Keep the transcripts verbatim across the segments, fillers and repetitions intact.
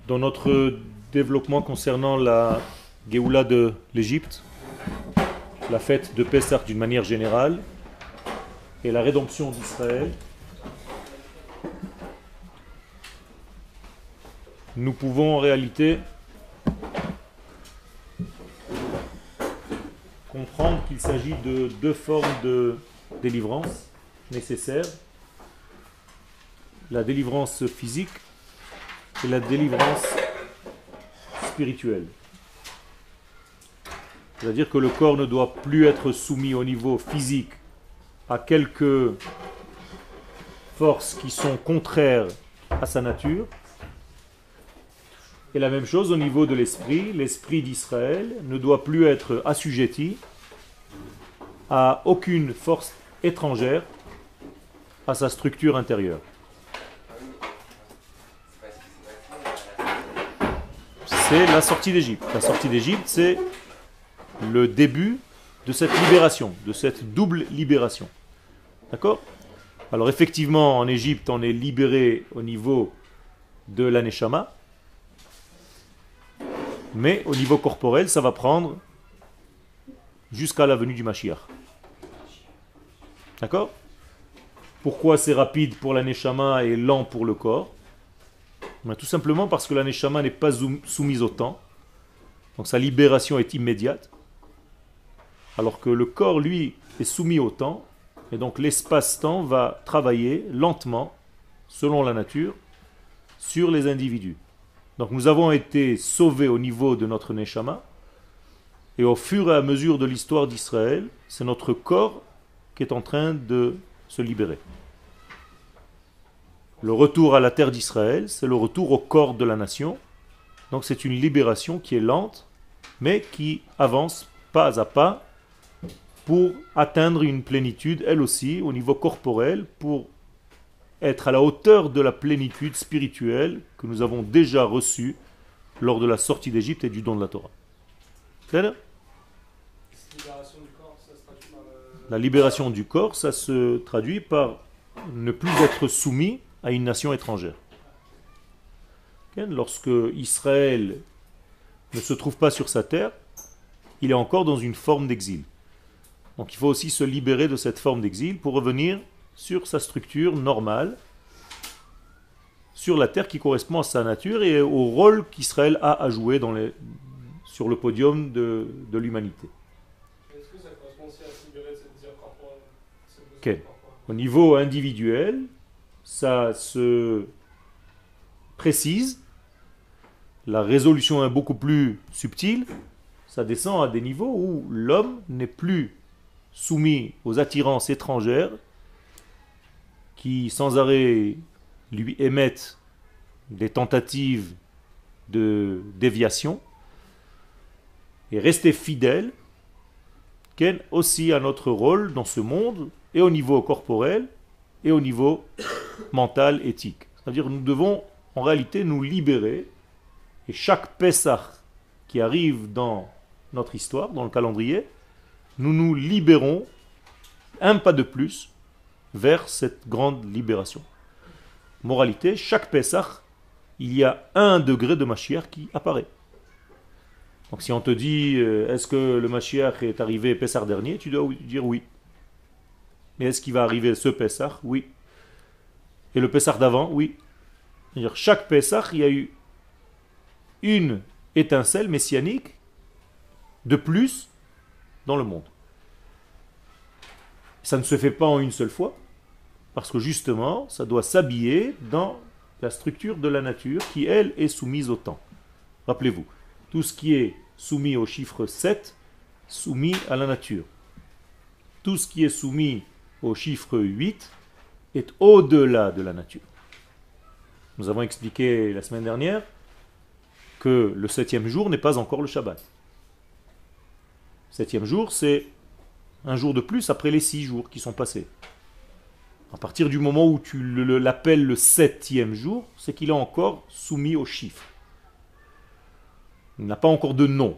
Dans notre développement concernant la Géoula de l'Égypte, la fête de Pessah d'une manière générale et la rédemption d'Israël, nous pouvons en réalité comprendre qu'il s'agit de deux formes de délivrance nécessaires, la délivrance physique et la délivrance spirituelle. C'est-à-dire que le corps ne doit plus être soumis au niveau physique à quelques forces qui sont contraires à sa nature. Et la même chose au niveau de l'esprit. L'esprit d'Israël ne doit plus être assujetti à aucune force étrangère à sa structure intérieure. C'est la sortie d'Égypte. La sortie d'Égypte, c'est le début de cette libération, de cette double libération. D'accord ? Alors effectivement, en Égypte, on est libéré au niveau de la Neshama, mais au niveau corporel, ça va prendre jusqu'à la venue du Mashiach. D'accord ? Pourquoi c'est rapide pour la Neshama et lent pour le corps ? Ben, tout simplement parce que la Neshama n'est pas soumise au temps, donc sa libération est immédiate, alors que le corps, lui, est soumis au temps, et donc l'espace-temps va travailler lentement, selon la nature, sur les individus. Donc nous avons été sauvés au niveau de notre Neshama, et au fur et à mesure de l'histoire d'Israël, c'est notre corps qui est en train de se libérer. Le retour à la terre d'Israël, c'est le retour au corps de la nation. Donc c'est une libération qui est lente, mais qui avance pas à pas pour atteindre une plénitude, elle aussi, au niveau corporel, pour être à la hauteur de la plénitude spirituelle que nous avons déjà reçue lors de la sortie d'Égypte et du don de la Torah. C'est là ? La libération du corps, ça se traduit par ne plus être soumis à une nation étrangère. Lorsque Israël ne se trouve pas sur sa terre, il est encore dans une forme d'exil. Donc il faut aussi se libérer de cette forme d'exil pour revenir sur sa structure normale, sur la terre qui correspond à sa nature et au rôle qu'Israël a à jouer dans les, sur le podium de, de l'humanité. Est-ce que ça correspond aussi à se libérer de cette désir corporel, okay. Au niveau individuel, ça se précise, la résolution est beaucoup plus subtile, ça descend à des niveaux où l'homme n'est plus soumis aux attirances étrangères qui sans arrêt lui émettent des tentatives de déviation, et rester fidèle qu'elle aussi à notre rôle dans ce monde, et au niveau corporel, et au niveau mental, éthique. C'est-à-dire nous devons en réalité nous libérer, et chaque Pessah qui arrive dans notre histoire, dans le calendrier, nous nous libérons un pas de plus vers cette grande libération. Moralité, chaque Pessah, il y a un degré de Mashiach qui apparaît. Donc si on te dit, euh, est-ce que le Mashiach est arrivé Pessah dernier, tu dois dire oui. Mais est-ce qu'il va arriver ce Pessah? Oui. Et le Pessah d'avant? Oui. C'est-à-dire chaque Pessah, il y a eu une étincelle messianique de plus dans le monde. Ça ne se fait pas en une seule fois, parce que justement, ça doit s'habiller dans la structure de la nature qui, elle, est soumise au temps. Rappelez-vous, tout ce qui est soumis au chiffre sept, soumis à la nature. Tout ce qui est soumis au chiffre huit est au-delà de la nature. Nous avons expliqué la semaine dernière que le septième jour n'est pas encore le Shabbat. Septième jour, c'est un jour de plus après les six jours qui sont passés. À partir du moment où tu l'appelles le septième jour, c'est qu'il est encore soumis au chiffre. Il n'a pas encore de nom.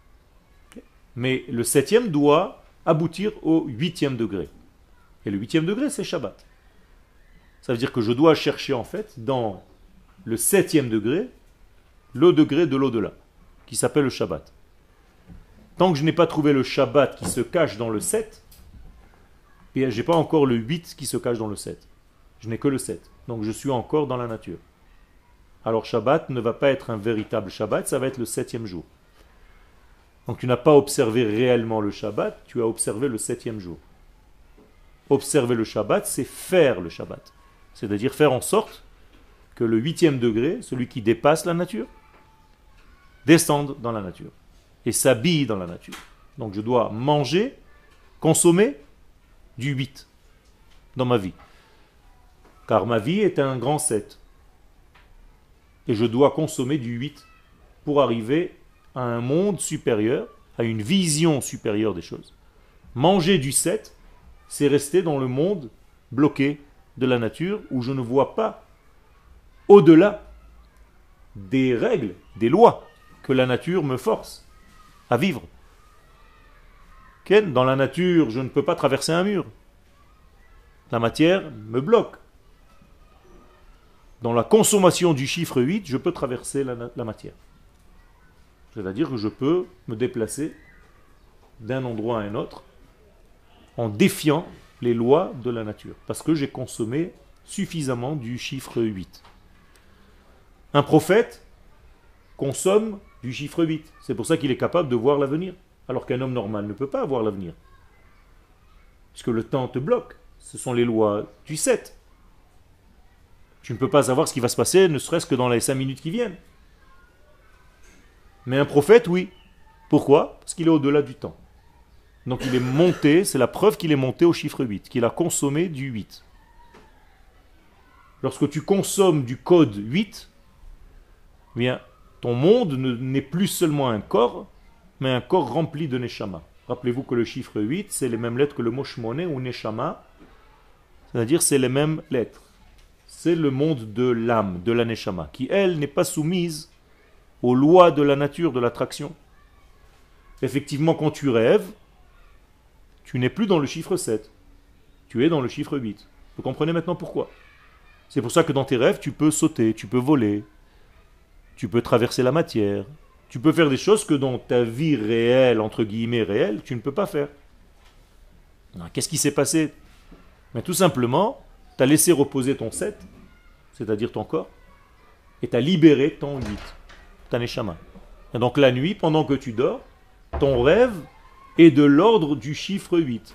Mais le septième doit aboutir au huitième degré. Et le huitième degré, c'est Shabbat. Ça veut dire que je dois chercher en fait dans le septième degré le degré de l'au-delà, qui s'appelle le Shabbat. Tant que je n'ai pas trouvé le Shabbat qui se cache dans le sept, je n'ai pas encore le huit qui se cache dans le sept. Je n'ai que le sept. Donc je suis encore dans la nature. Alors Shabbat ne va pas être un véritable Shabbat, ça va être le septième jour. Donc tu n'as pas observé réellement le Shabbat, tu as observé le septième jour. Observer le Shabbat, c'est faire le Shabbat. C'est-à-dire faire en sorte que le huitième degré, celui qui dépasse la nature, descende dans la nature et s'habille dans la nature. Donc je dois manger, consommer du huit dans ma vie. Car ma vie est un grand sept. Et je dois consommer du huit pour arriver à un monde supérieur, à une vision supérieure des choses. Manger du sept, c'est rester dans le monde bloqué de la nature où je ne vois pas au-delà des règles, des lois que la nature me force à vivre. Ken, dans la nature, je ne peux pas traverser un mur. La matière me bloque. Dans la consommation du chiffre huit, je peux traverser la, la matière. C'est-à-dire que je peux me déplacer d'un endroit à un autre en défiant les lois de la nature, parce que j'ai consommé suffisamment du chiffre huit. Un prophète consomme du chiffre huit. C'est pour ça qu'il est capable de voir l'avenir, alors qu'un homme normal ne peut pas voir l'avenir. Puisque le temps te bloque. Ce sont les lois du sept. Tu ne peux pas savoir ce qui va se passer, ne serait-ce que dans les cinq minutes qui viennent. Mais un prophète, oui. Pourquoi? Parce qu'il est au-delà du temps. Donc il est monté, c'est la preuve qu'il est monté au chiffre huit, qu'il a consommé du huit. Lorsque tu consommes du code huit, eh bien, ton monde ne- n'est plus seulement un corps, mais un corps rempli de Neshama. Rappelez-vous que le chiffre huit, c'est les mêmes lettres que le mot Shmoné ou Neshama, c'est-à-dire c'est les mêmes lettres. C'est le monde de l'âme, de la Neshama, qui elle n'est pas soumise aux lois de la nature, de l'attraction. Effectivement, quand tu rêves, tu n'es plus dans le chiffre sept, tu es dans le chiffre huit. Vous comprenez maintenant pourquoi? C'est pour ça que dans tes rêves, tu peux sauter, tu peux voler, tu peux traverser la matière, tu peux faire des choses que dans ta vie réelle, entre guillemets réelle, tu ne peux pas faire. Alors, qu'est-ce qui s'est passé? Mais tout simplement, tu as laissé reposer ton sept, c'est-à-dire ton corps, et tu as libéré ton huit, ta neshama. Et donc la nuit, pendant que tu dors, ton rêve est de l'ordre du chiffre huit.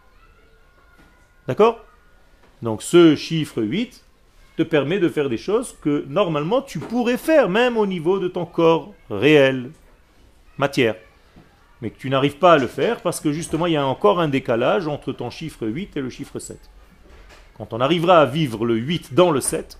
D'accord? Donc ce chiffre huit te permet de faire des choses que normalement tu pourrais faire, même au niveau de ton corps réel, matière. Mais que tu n'arrives pas à le faire parce que justement il y a encore un décalage entre ton chiffre huit et le chiffre sept. Quand on arrivera à vivre le huit dans le sept,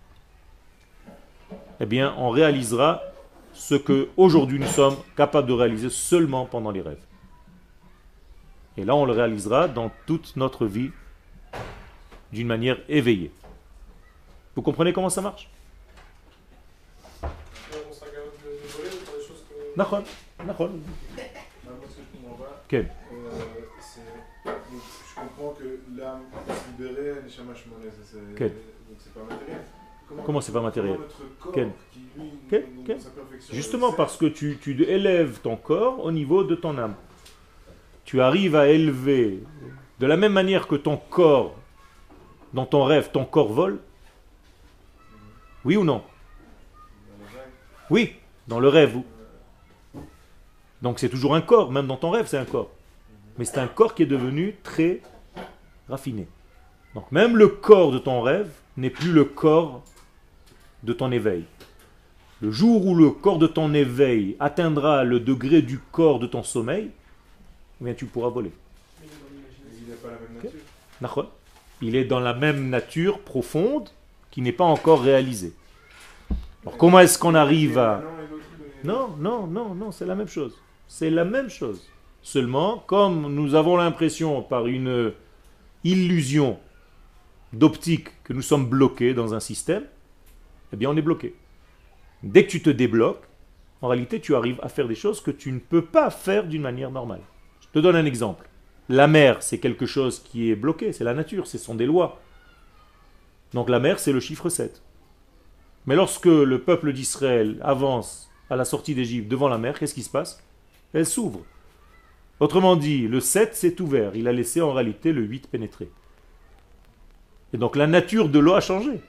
eh bien on réalisera ce que aujourd'hui nous sommes capables de réaliser seulement pendant les rêves. Et là on le réalisera dans toute notre vie d'une manière éveillée. Vous comprenez comment ça marche? Là, on sera capable de de voler ou faire des choses que. Nahon, nahon. Ah, moi, ce que je comprends pas, Quel? euh, c'est. Donc, je comprends que l'âme peut se libérer, Neshama Shmoné, ça, c'est. Quel? Donc, c'est pas matériel. Comment c'est pas matériel? Comment notre corps, Quel? qui lui, Quel? dans Quel? sa perfection, Justement c'est- parce que tu, tu élèves ton corps au niveau de ton âme. Tu arrives à élever de la même manière que ton corps, dans ton rêve, ton corps vole. Oui ou non? dans le rêve. Oui, dans le rêve. Donc c'est toujours un corps, même dans ton rêve c'est un corps. Mais c'est un corps qui est devenu très raffiné. Donc même le corps de ton rêve n'est plus le corps de ton éveil. Le jour où le corps de ton éveil atteindra le degré du corps de ton sommeil, eh bien tu pourras voler. Mais il est dans Mais l'imagination. il n'a pas la même Ok. nature. D'accord? Il est dans la même nature profonde qui n'est pas encore réalisée. Alors comment est-ce qu'on arrive à... L'un et l'autre, il est- Non, non, non, non, c'est la même chose. C'est la même chose. Seulement, comme nous avons l'impression par une illusion d'optique que nous sommes bloqués dans un système, eh bien on est bloqué. Dès que tu te débloques, en réalité tu arrives à faire des choses que tu ne peux pas faire d'une manière normale. Je te donne un exemple. La mer, c'est quelque chose qui est bloqué, c'est la nature, ce sont des lois. Donc la mer, c'est le chiffre sept. Mais lorsque le peuple d'Israël avance à la sortie d'Égypte devant la mer, qu'est-ce qui se passe? Elle s'ouvre. Autrement dit, le sept s'est ouvert. Il a laissé en réalité le huit pénétrer. Et donc la nature de l'eau a changé.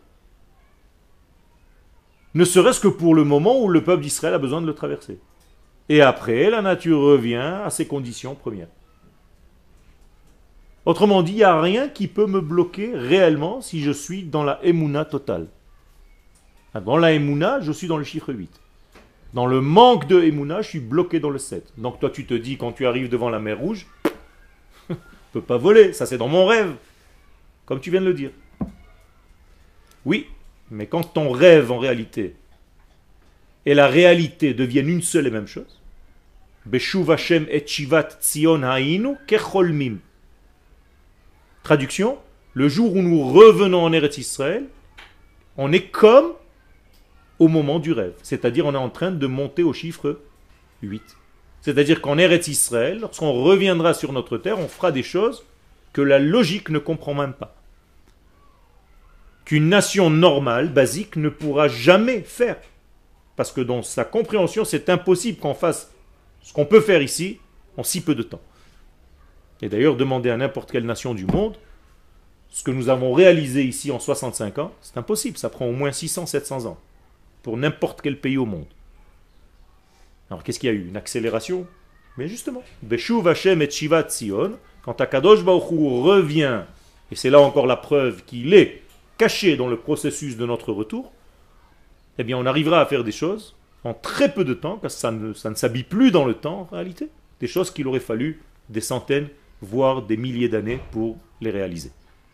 Ne serait-ce que pour le moment où le peuple d'Israël a besoin de le traverser. Et après, la nature revient à ses conditions premières. Autrement dit, il n'y a rien qui peut me bloquer réellement si je suis dans la Emouna totale. Dans la Emouna, je suis dans le chiffre huit. Dans le manque de Emouna, je suis bloqué dans le sept. Donc toi, tu te dis, quand tu arrives devant la mer Rouge, je ne peux pas voler, ça c'est dans mon rêve. Comme tu viens de le dire. Oui, mais quand ton rêve en réalité et la réalité deviennent une seule et même chose, Beshuv Hashem et Shivat Tzion Hainu Kecholmim. Traduction, le jour où nous revenons en Eretz Israël, on est comme au moment du rêve. C'est-à-dire on est en train de monter au chiffre huit. C'est-à-dire qu'en Eretz Israël, lorsqu'on reviendra sur notre terre, on fera des choses que la logique ne comprend même pas. Qu'une nation normale, basique, ne pourra jamais faire. Parce que dans sa compréhension, c'est impossible qu'on fasse ce qu'on peut faire ici en si peu de temps. Et d'ailleurs, demander à n'importe quelle nation du monde, ce que nous avons réalisé ici en soixante-cinq ans, c'est impossible, ça prend au moins six cents à sept cents ans, pour n'importe quel pays au monde. Alors qu'est-ce qu'il y a eu? Une accélération? Mais justement, Beshuv Hashem et Shivat Tzion, quand Akadosh Baruch Hu revient, et c'est là encore la preuve qu'il est caché dans le processus de notre retour, eh bien on arrivera à faire des choses en très peu de temps, parce que ça ne, ça ne s'habille plus dans le temps en réalité, des choses qu'il aurait fallu des centaines, voire des milliers d'années pour les réaliser.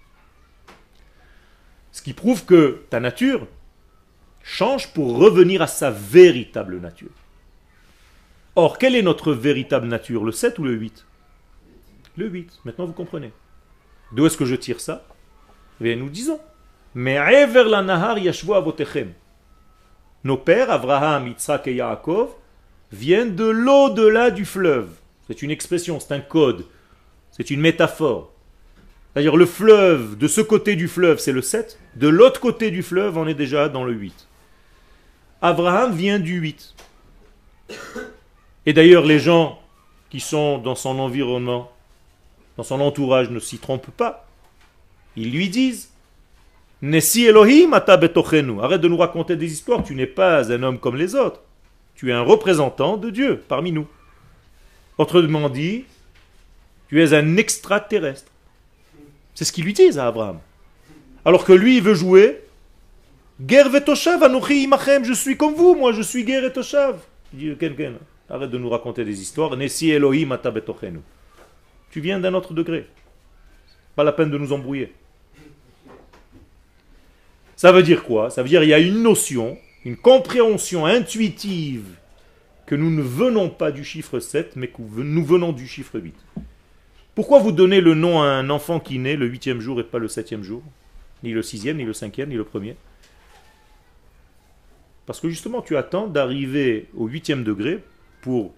Ce qui prouve que ta nature change pour revenir à sa véritable nature. Or, quelle est notre véritable nature, le sept ou le huit? Le huit, maintenant vous comprenez. D'où est-ce que je tire ça? Eh bien, nous disons, Me'ever la nahar yashvu avotechem. Nos pères, Abraham, Yitzhak et Yaakov, viennent de l'au-delà du fleuve. C'est une expression, c'est un code, c'est une métaphore. C'est-à-dire le fleuve, de ce côté du fleuve, c'est le sept, de l'autre côté du fleuve, on est déjà dans le huit. Abraham vient du huit. Et d'ailleurs, les gens qui sont dans son environnement, dans son entourage, ne s'y trompent pas. Ils lui disent, Nesi Elohim ata betochenu. Arrête de nous raconter des histoires, tu n'es pas un homme comme les autres. Tu es un représentant de Dieu parmi nous. Autrement dit, tu es un extraterrestre. C'est ce qu'ils lui disent à Abraham. Alors que lui, il veut jouer. Ger vetoshav anochi imachem. Je suis comme vous, moi, je suis ger et toshav. Il dit, Ken, Ken, arrête de nous raconter des histoires. Nesi Elohim ata betochenu. Tu viens d'un autre degré. Pas la peine de nous embrouiller. Ça veut dire quoi? Ça veut dire qu'il y a une notion, une compréhension intuitive que nous ne venons pas du chiffre sept, mais que nous venons du chiffre huit. Pourquoi vous donnez le nom à un enfant qui naît le huitième jour et pas le septième jour? Ni le sixième, ni le cinquième, ni le premier? Parce que justement, tu attends d'arriver au huitième degré pour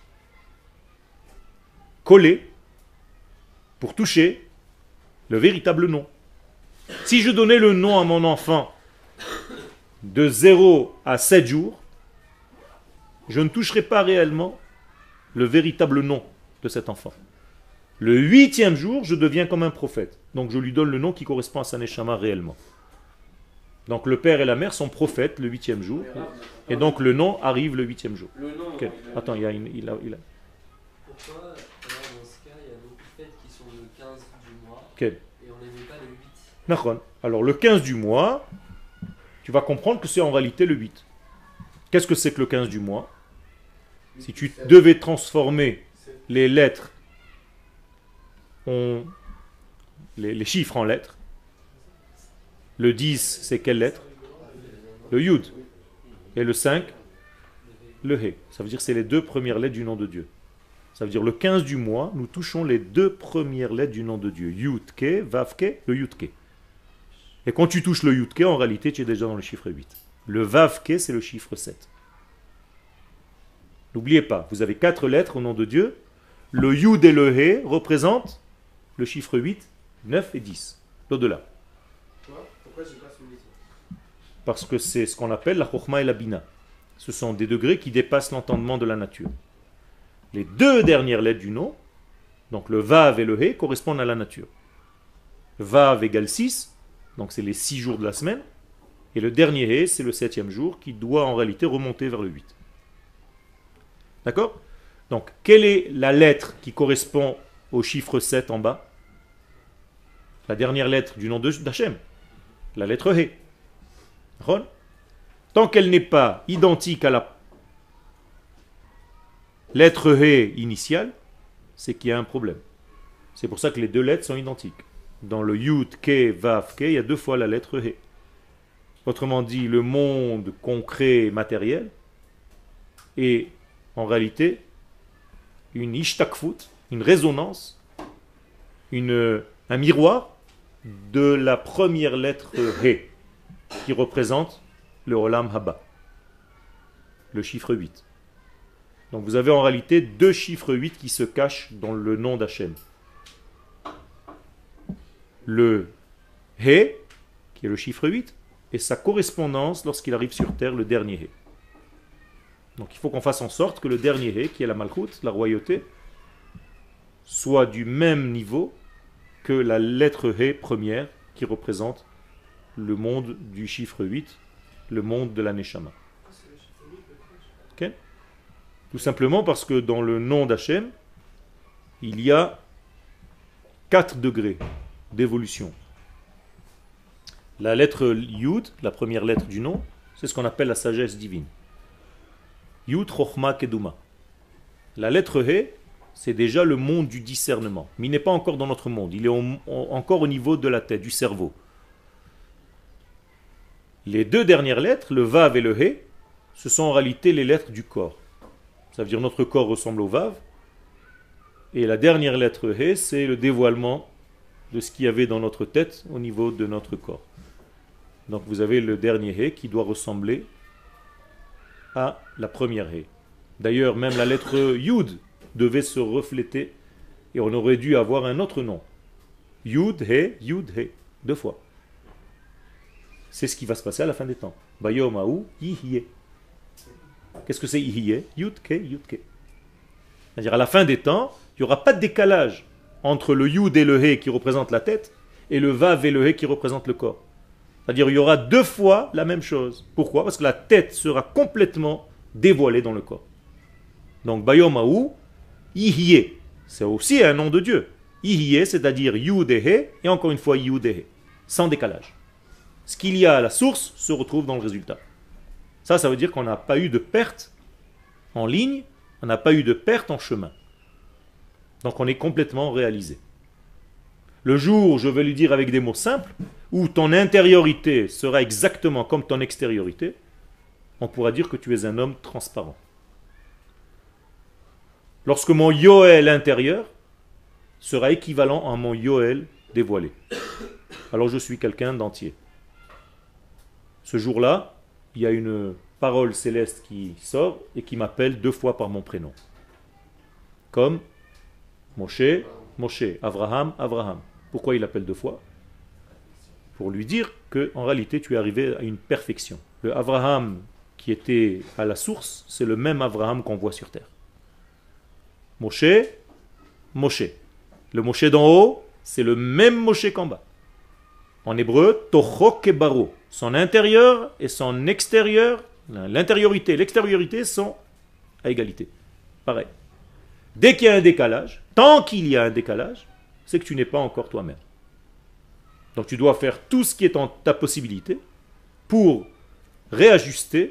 coller, pour toucher le véritable nom. Si je donnais le nom à mon enfant de zéro à sept jours, je ne toucherai pas réellement le véritable nom de cet enfant. Le huitième jour, je deviens comme un prophète. Donc je lui donne le nom qui correspond à sa neshama réellement. Donc le père et la mère sont prophètes le huitième jour. Et donc le nom arrive le huitième jour. Le nom, Okay. il a- Attends, il y a une... Il a, il a... Pourquoi, alors, dans ce cas, il y a beaucoup de fêtes qui sont le quinze du mois Okay. et on les met pas le huit? Nachon. Alors le quinze du mois, tu vas comprendre que c'est en réalité le huit. Qu'est-ce que c'est que le quinze du mois? Si tu devais transformer les lettres, en- les, les chiffres en lettres, le dix c'est quelle lettre? Le Yud. Et le cinq, le He. Ça veut dire que c'est les deux premières lettres du nom de Dieu. Ça veut dire le quinze du mois, nous touchons les deux premières lettres du nom de Dieu. Yud-Ke, Vav-Ke, le Yud-Ke. Et quand tu touches le Yud-Ke, en réalité, tu es déjà dans le chiffre huit. Le Vav-Ke, c'est le chiffre sept. N'oubliez pas, vous avez quatre lettres au nom de Dieu. Le Yud et le He représentent le chiffre huit, neuf et dix. L'au-delà. Pourquoi Pourquoi j'ai pas suivi ça? parce que c'est ce qu'on appelle la chokhma et la bina. Ce sont des degrés qui dépassent l'entendement de la nature. Les deux dernières lettres du nom, donc le vav et le he, correspondent à la nature. Vav égale six, donc c'est les six jours de la semaine, et le dernier he, c'est le septième jour, qui doit en réalité remonter vers le huit. D'accord? Donc, quelle est la lettre qui correspond au chiffre sept en bas? La dernière lettre du nom d'Hachem, la lettre he. Tant qu'elle n'est pas identique à la lettre he initiale, c'est qu'il y a un problème. C'est pour ça que les deux lettres sont identiques. Dans le Yud, Ke, Vav, Ke, il y a deux fois la lettre he. Autrement dit, le monde concret matériel est en réalité une ishtakfut, une résonance, une, un miroir de la première lettre he, qui représente le Olam Haba, le chiffre huit. Donc vous avez en réalité deux chiffres huit qui se cachent dans le nom d'Hachem. Le he, qui est le chiffre huit, et sa correspondance lorsqu'il arrive sur terre, le dernier he. Donc il faut qu'on fasse en sorte que le dernier he, qui est la Malchut, la royauté, soit du même niveau que la lettre he première, qui représente le monde du chiffre huit, le monde de la Neshama. Okay? Tout simplement parce que dans le nom d'Hachem, il y a quatre degrés d'évolution. La lettre Yud, la première lettre du nom, c'est ce qu'on appelle la sagesse divine. Yud, Chochma, Keduma. La lettre He, c'est déjà le monde du discernement. Mais il n'est pas encore dans notre monde. Il est au, encore au niveau de la tête, du cerveau. Les deux dernières lettres, le Vav et le He, ce sont en réalité les lettres du corps. Ça veut dire notre corps ressemble au Vav. Et la dernière lettre He, c'est le dévoilement de ce qu'il y avait dans notre tête au niveau de notre corps. Donc vous avez le dernier He qui doit ressembler à la première He. D'ailleurs, même la lettre Yud devait se refléter et on aurait dû avoir un autre nom. Yud, He, Yud, He. Deux fois. C'est ce qui va se passer à la fin des temps. Bayom Aou, Yihiye. Qu'est-ce que c'est Yihiye? Yud, Ke, Yud, Ke. C'est-à-dire à la fin des temps, il n'y aura pas de décalage entre le Yud et le He qui représente la tête et le Vav et le He qui représente le corps. C'est-à-dire il y aura deux fois la même chose. Pourquoi? Parce que la tête sera complètement dévoilée dans le corps. Donc Bayom Aou, Yihiye, c'est aussi un nom de Dieu. Yihiye, c'est-à-dire Yud et He, et encore une fois Yud et He, sans décalage. Ce qu'il y a à la source se retrouve dans le résultat. Ça, ça veut dire qu'on n'a pas eu de perte en ligne, on n'a pas eu de perte en chemin. Donc on est complètement réalisé. Le jour où je vais lui dire avec des mots simples, où ton intériorité sera exactement comme ton extériorité, on pourra dire que tu es un homme transparent. Lorsque mon Yoel intérieur sera équivalent à mon Yoel dévoilé, alors je suis quelqu'un d'entier. Ce jour-là, il y a une parole céleste qui sort et qui m'appelle deux fois par mon prénom. Comme Moshe, Moshe, Avraham, Avraham. Pourquoi il appelle deux fois? Pour lui dire que en réalité tu es arrivé à une perfection. Le Avraham qui était à la source, c'est le même Avraham qu'on voit sur terre. Moshe, Moshe. Le Moshe d'en haut, c'est le même Moshe qu'en bas. En hébreu, Tocho Kebaro. Son intérieur et son extérieur, l'intériorité et l'extériorité sont à égalité. Pareil. Dès qu'il y a un décalage, tant qu'il y a un décalage, c'est que tu n'es pas encore toi-même. Donc tu dois faire tout ce qui est en ta possibilité pour réajuster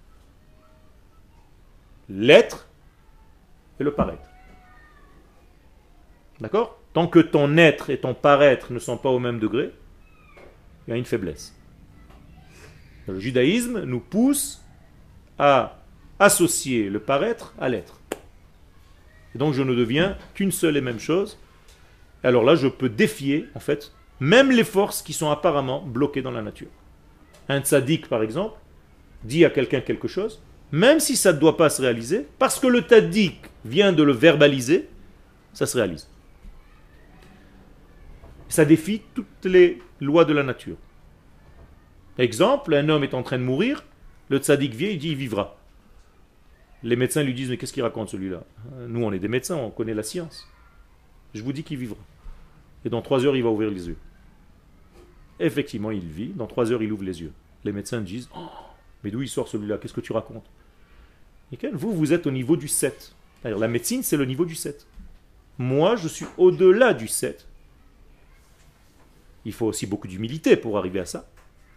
l'être et le paraître. D'accord? Tant que ton être et ton paraître ne sont pas au même degré, il y a une faiblesse. Le judaïsme nous pousse à associer le paraître à l'être. Et donc je ne deviens qu'une seule et même chose. Alors là, je peux défier, en fait, même les forces qui sont apparemment bloquées dans la nature. Un tzaddik, par exemple, dit à quelqu'un quelque chose, même si ça ne doit pas se réaliser, parce que le tzaddik vient de le verbaliser, ça se réalise. Ça défie toutes les lois de la nature. Exemple, un homme est en train de mourir, le tzaddik vient, il dit il vivra. Les médecins lui disent mais qu'est-ce qu'il raconte celui-là? Nous on est des médecins, on connaît la science. Je vous dis qu'il vivra. Et dans trois heures il va ouvrir les yeux. Effectivement il vit, dans trois heures il ouvre les yeux. Les médecins disent oh, mais d'où il sort celui-là? Qu'est-ce que tu racontes? Et quand vous, vous êtes au niveau du sept. C'est-à-dire la médecine c'est le niveau du sept. Moi je suis au-delà du sept. Il faut aussi beaucoup d'humilité pour arriver à ça.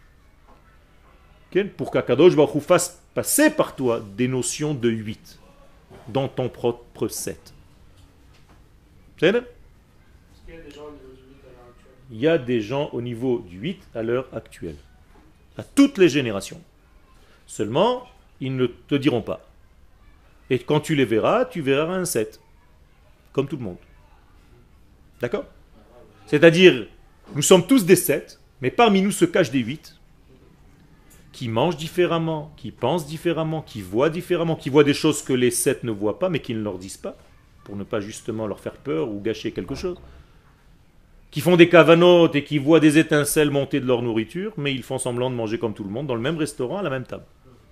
Pour qu'Akadosh Baruch Hu fasse passer par toi des notions de huit dans ton propre sept. C'est Est-ce qu'il y a des gens au niveau du huit à l'heure actuelle? Il y a des gens au niveau du huit à l'heure actuelle. À toutes les générations. Seulement, ils ne te diront pas. Et quand tu les verras, tu verras un sept. Comme tout le monde. D'accord? C'est-à-dire, nous sommes tous des sept, mais parmi nous se cachent des huit qui mangent différemment, qui pensent différemment, qui voient différemment, qui voient des choses que les sept ne voient pas, mais qui ne leur disent pas, pour ne pas justement leur faire peur ou gâcher quelque chose. Qui font des cavanotes et qui voient des étincelles monter de leur nourriture, mais ils font semblant de manger comme tout le monde, dans le même restaurant, à la même table.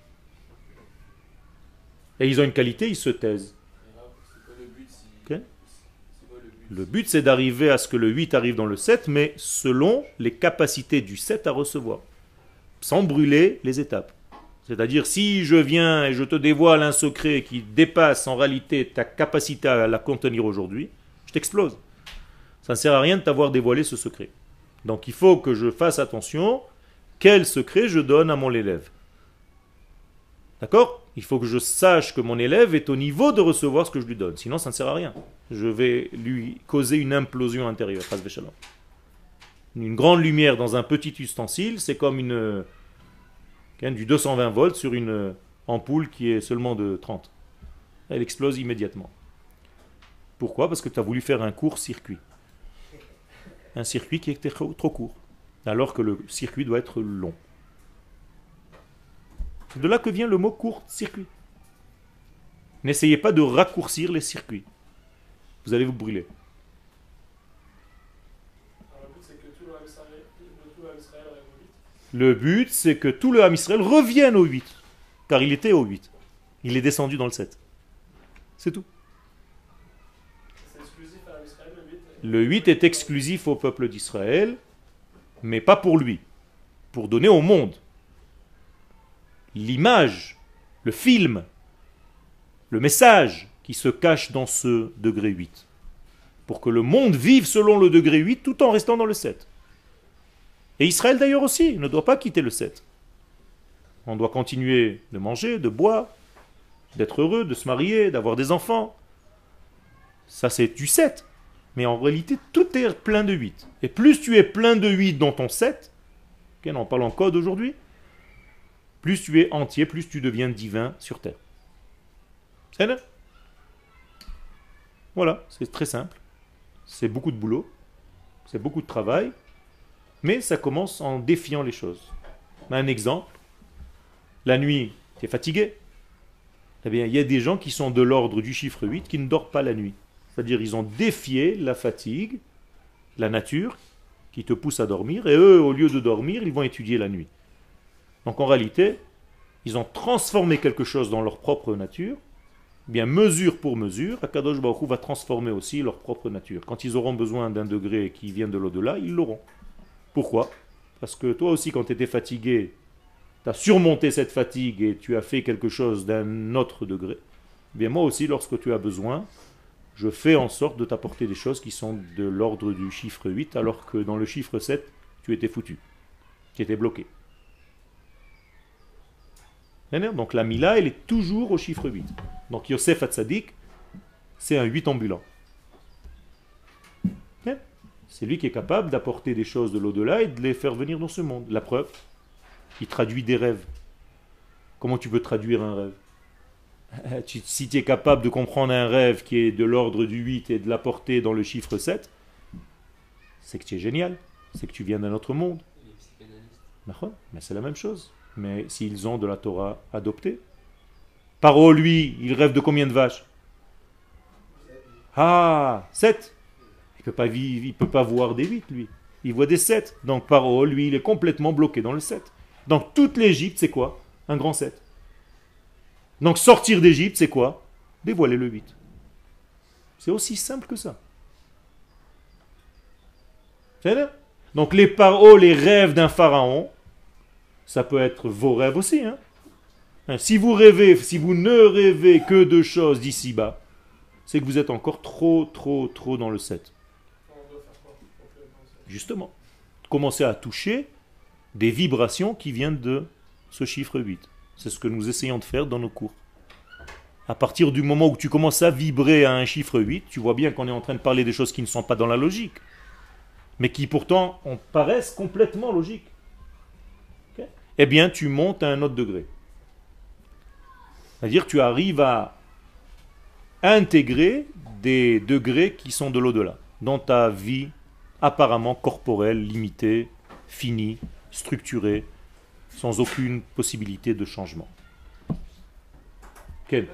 Et ils ont une qualité, ils se taisent. Okay? Le but, c'est d'arriver à ce que le huit arrive dans le sept, mais selon les capacités du sept à recevoir. Sans brûler les étapes. C'est-à-dire, si je viens et je te dévoile un secret qui dépasse en réalité ta capacité à la contenir aujourd'hui, je t'explose. Ça ne sert à rien de t'avoir dévoilé ce secret. Donc il faut que je fasse attention quel secret je donne à mon élève. D'accord? Il faut que je sache que mon élève est au niveau de recevoir ce que je lui donne. Sinon, ça ne sert à rien. Je vais lui causer une implosion intérieure. Une grande lumière dans un petit ustensile, c'est comme une, du deux cent vingt volts sur une ampoule qui est seulement de trente. Elle explose immédiatement. Pourquoi? Parce que tu as voulu faire un court circuit. Un circuit qui était trop, trop court. Alors que le circuit doit être long. C'est de là que vient le mot court-circuit. N'essayez pas de raccourcir les circuits. Vous allez vous brûler. Le but, c'est que tout le Ham Israël revienne au huit. Car il était au huit. Il est descendu dans le sept. C'est tout. C'est exclusif à Ham Israël, le huit. Le huit est exclusif au peuple d'Israël, mais pas pour lui. Pour donner au monde. L'image, le film, le message qui se cache dans ce degré huit. Pour que le monde vive selon le degré huit tout en restant dans le sept. Et Israël d'ailleurs aussi ne doit pas quitter le sept. On doit continuer de manger, de boire, d'être heureux, de se marier, d'avoir des enfants. Ça c'est du sept. Mais en réalité, tout est plein de huit. Et plus tu es plein de huit dans ton sept, okay, on parle en code aujourd'hui, plus tu es entier, plus tu deviens divin sur terre. C'est là. Voilà, c'est très simple. C'est beaucoup de boulot, c'est beaucoup de travail, mais ça commence en défiant les choses. Un exemple, la nuit, tu es fatigué. Eh bien, il y a des gens qui sont de l'ordre du chiffre huit qui ne dorment pas la nuit. C'est-à-dire ils ont défié la fatigue, la nature, qui te pousse à dormir, et eux, au lieu de dormir, ils vont étudier la nuit. Donc en réalité, ils ont transformé quelque chose dans leur propre nature. Bien, mesure pour mesure, Akadosh Baruch Hu va transformer aussi leur propre nature. Quand ils auront besoin d'un degré qui vient de l'au-delà, ils l'auront. Pourquoi? Parce que toi aussi, quand tu étais fatigué, tu as surmonté cette fatigue et tu as fait quelque chose d'un autre degré. Bien, moi aussi, lorsque tu as besoin, je fais en sorte de t'apporter des choses qui sont de l'ordre du chiffre huit, alors que dans le chiffre sept, tu étais foutu, tu étais bloqué. Donc la Mila, elle est toujours au chiffre huit. Donc Yosef Hatzadik, c'est un huit ambulant. C'est lui qui est capable d'apporter des choses de l'au-delà et de les faire venir dans ce monde. La preuve, il traduit des rêves. Comment tu peux traduire un rêve? Si tu es capable de comprendre un rêve qui est de l'ordre du huit et de l'apporter dans le chiffre sept, c'est que tu es génial. C'est que tu viens d'un autre monde. Mais c'est la même chose. Mais s'ils ont de la Torah adoptée. Paro, lui, il rêve de combien de vaches? Ah, sept. Il ne peut pas vivre, il peut pas voir des huit, lui. Il voit des sept. Donc Paro, lui, il est complètement bloqué dans le sept. Donc toute l'Égypte, c'est quoi? Un grand sept. Donc sortir d'Égypte, c'est quoi? Dévoiler le huit. C'est aussi simple que ça. C'est là. Donc les paroles, les rêves d'un pharaon, ça peut être vos rêves aussi. Hein? Si vous rêvez, si vous ne rêvez que de choses d'ici-bas, c'est que vous êtes encore trop, trop, trop dans le sept. On doit faire quoi concrètement, ça Justement. Commencez à toucher des vibrations qui viennent de ce chiffre huit. C'est ce que nous essayons de faire dans nos cours. À partir du moment où tu commences à vibrer à un chiffre huit, tu vois bien qu'on est en train de parler des choses qui ne sont pas dans la logique, mais qui pourtant en paraissent complètement logiques. Okay? Eh bien, tu montes à un autre degré. C'est-à-dire tu arrives à intégrer des degrés qui sont de l'au-delà, dans ta vie apparemment corporelle, limitée, finie, structurée, sans aucune possibilité de changement. Quel?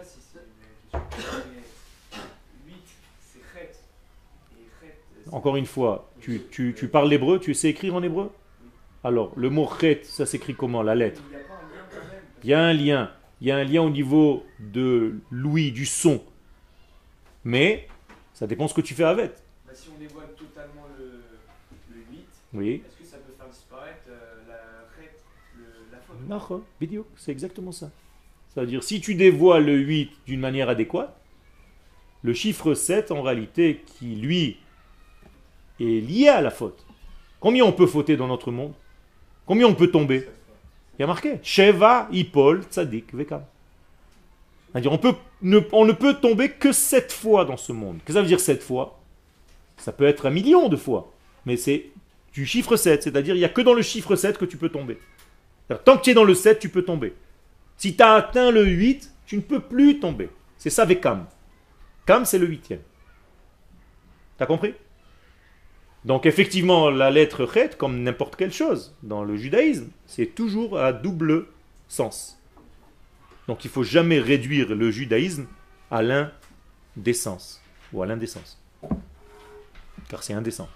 Encore une fois, tu, tu, tu parles l'hébreu, tu sais écrire en hébreu? Alors, le mot chet, ça s'écrit comment, la lettre? Il y a un lien. Il y a un lien au niveau de l'ouïe, du son. Mais, ça dépend ce que tu fais avec. Bah, si on dévoile totalement le, le huit, Oui. est-ce que ça peut faire disparaître euh, la chet, le, la faute? Nachon, bidiok, c'est exactement ça. C'est-à-dire, si tu dévoiles le huit d'une manière adéquate, le chiffre sept, en réalité, qui lui est lié à la faute. Combien on peut fauter dans notre monde? Combien on peut tomber? Il y a marqué Sheva, Ipol, Tzadik, Vekam. C'est-à-dire, on, peut, ne, on ne peut tomber que sept fois dans ce monde. Qu'est-ce que ça veut dire sept fois? Ça peut être un million de fois. Mais c'est du chiffre sept. C'est-à-dire, il n'y a que dans le chiffre sept que tu peux tomber. C'est-à-dire, tant que tu es dans le sept, tu peux tomber. Si tu as atteint le huit, tu ne peux plus tomber. C'est ça, Vekam. Kam, c'est le huitième. T'as compris? Donc effectivement, la lettre chet, comme n'importe quelle chose dans le judaïsme, c'est toujours à double sens. Donc il ne faut jamais réduire le judaïsme à l'indécence ou à l'indécence. Car c'est indécent.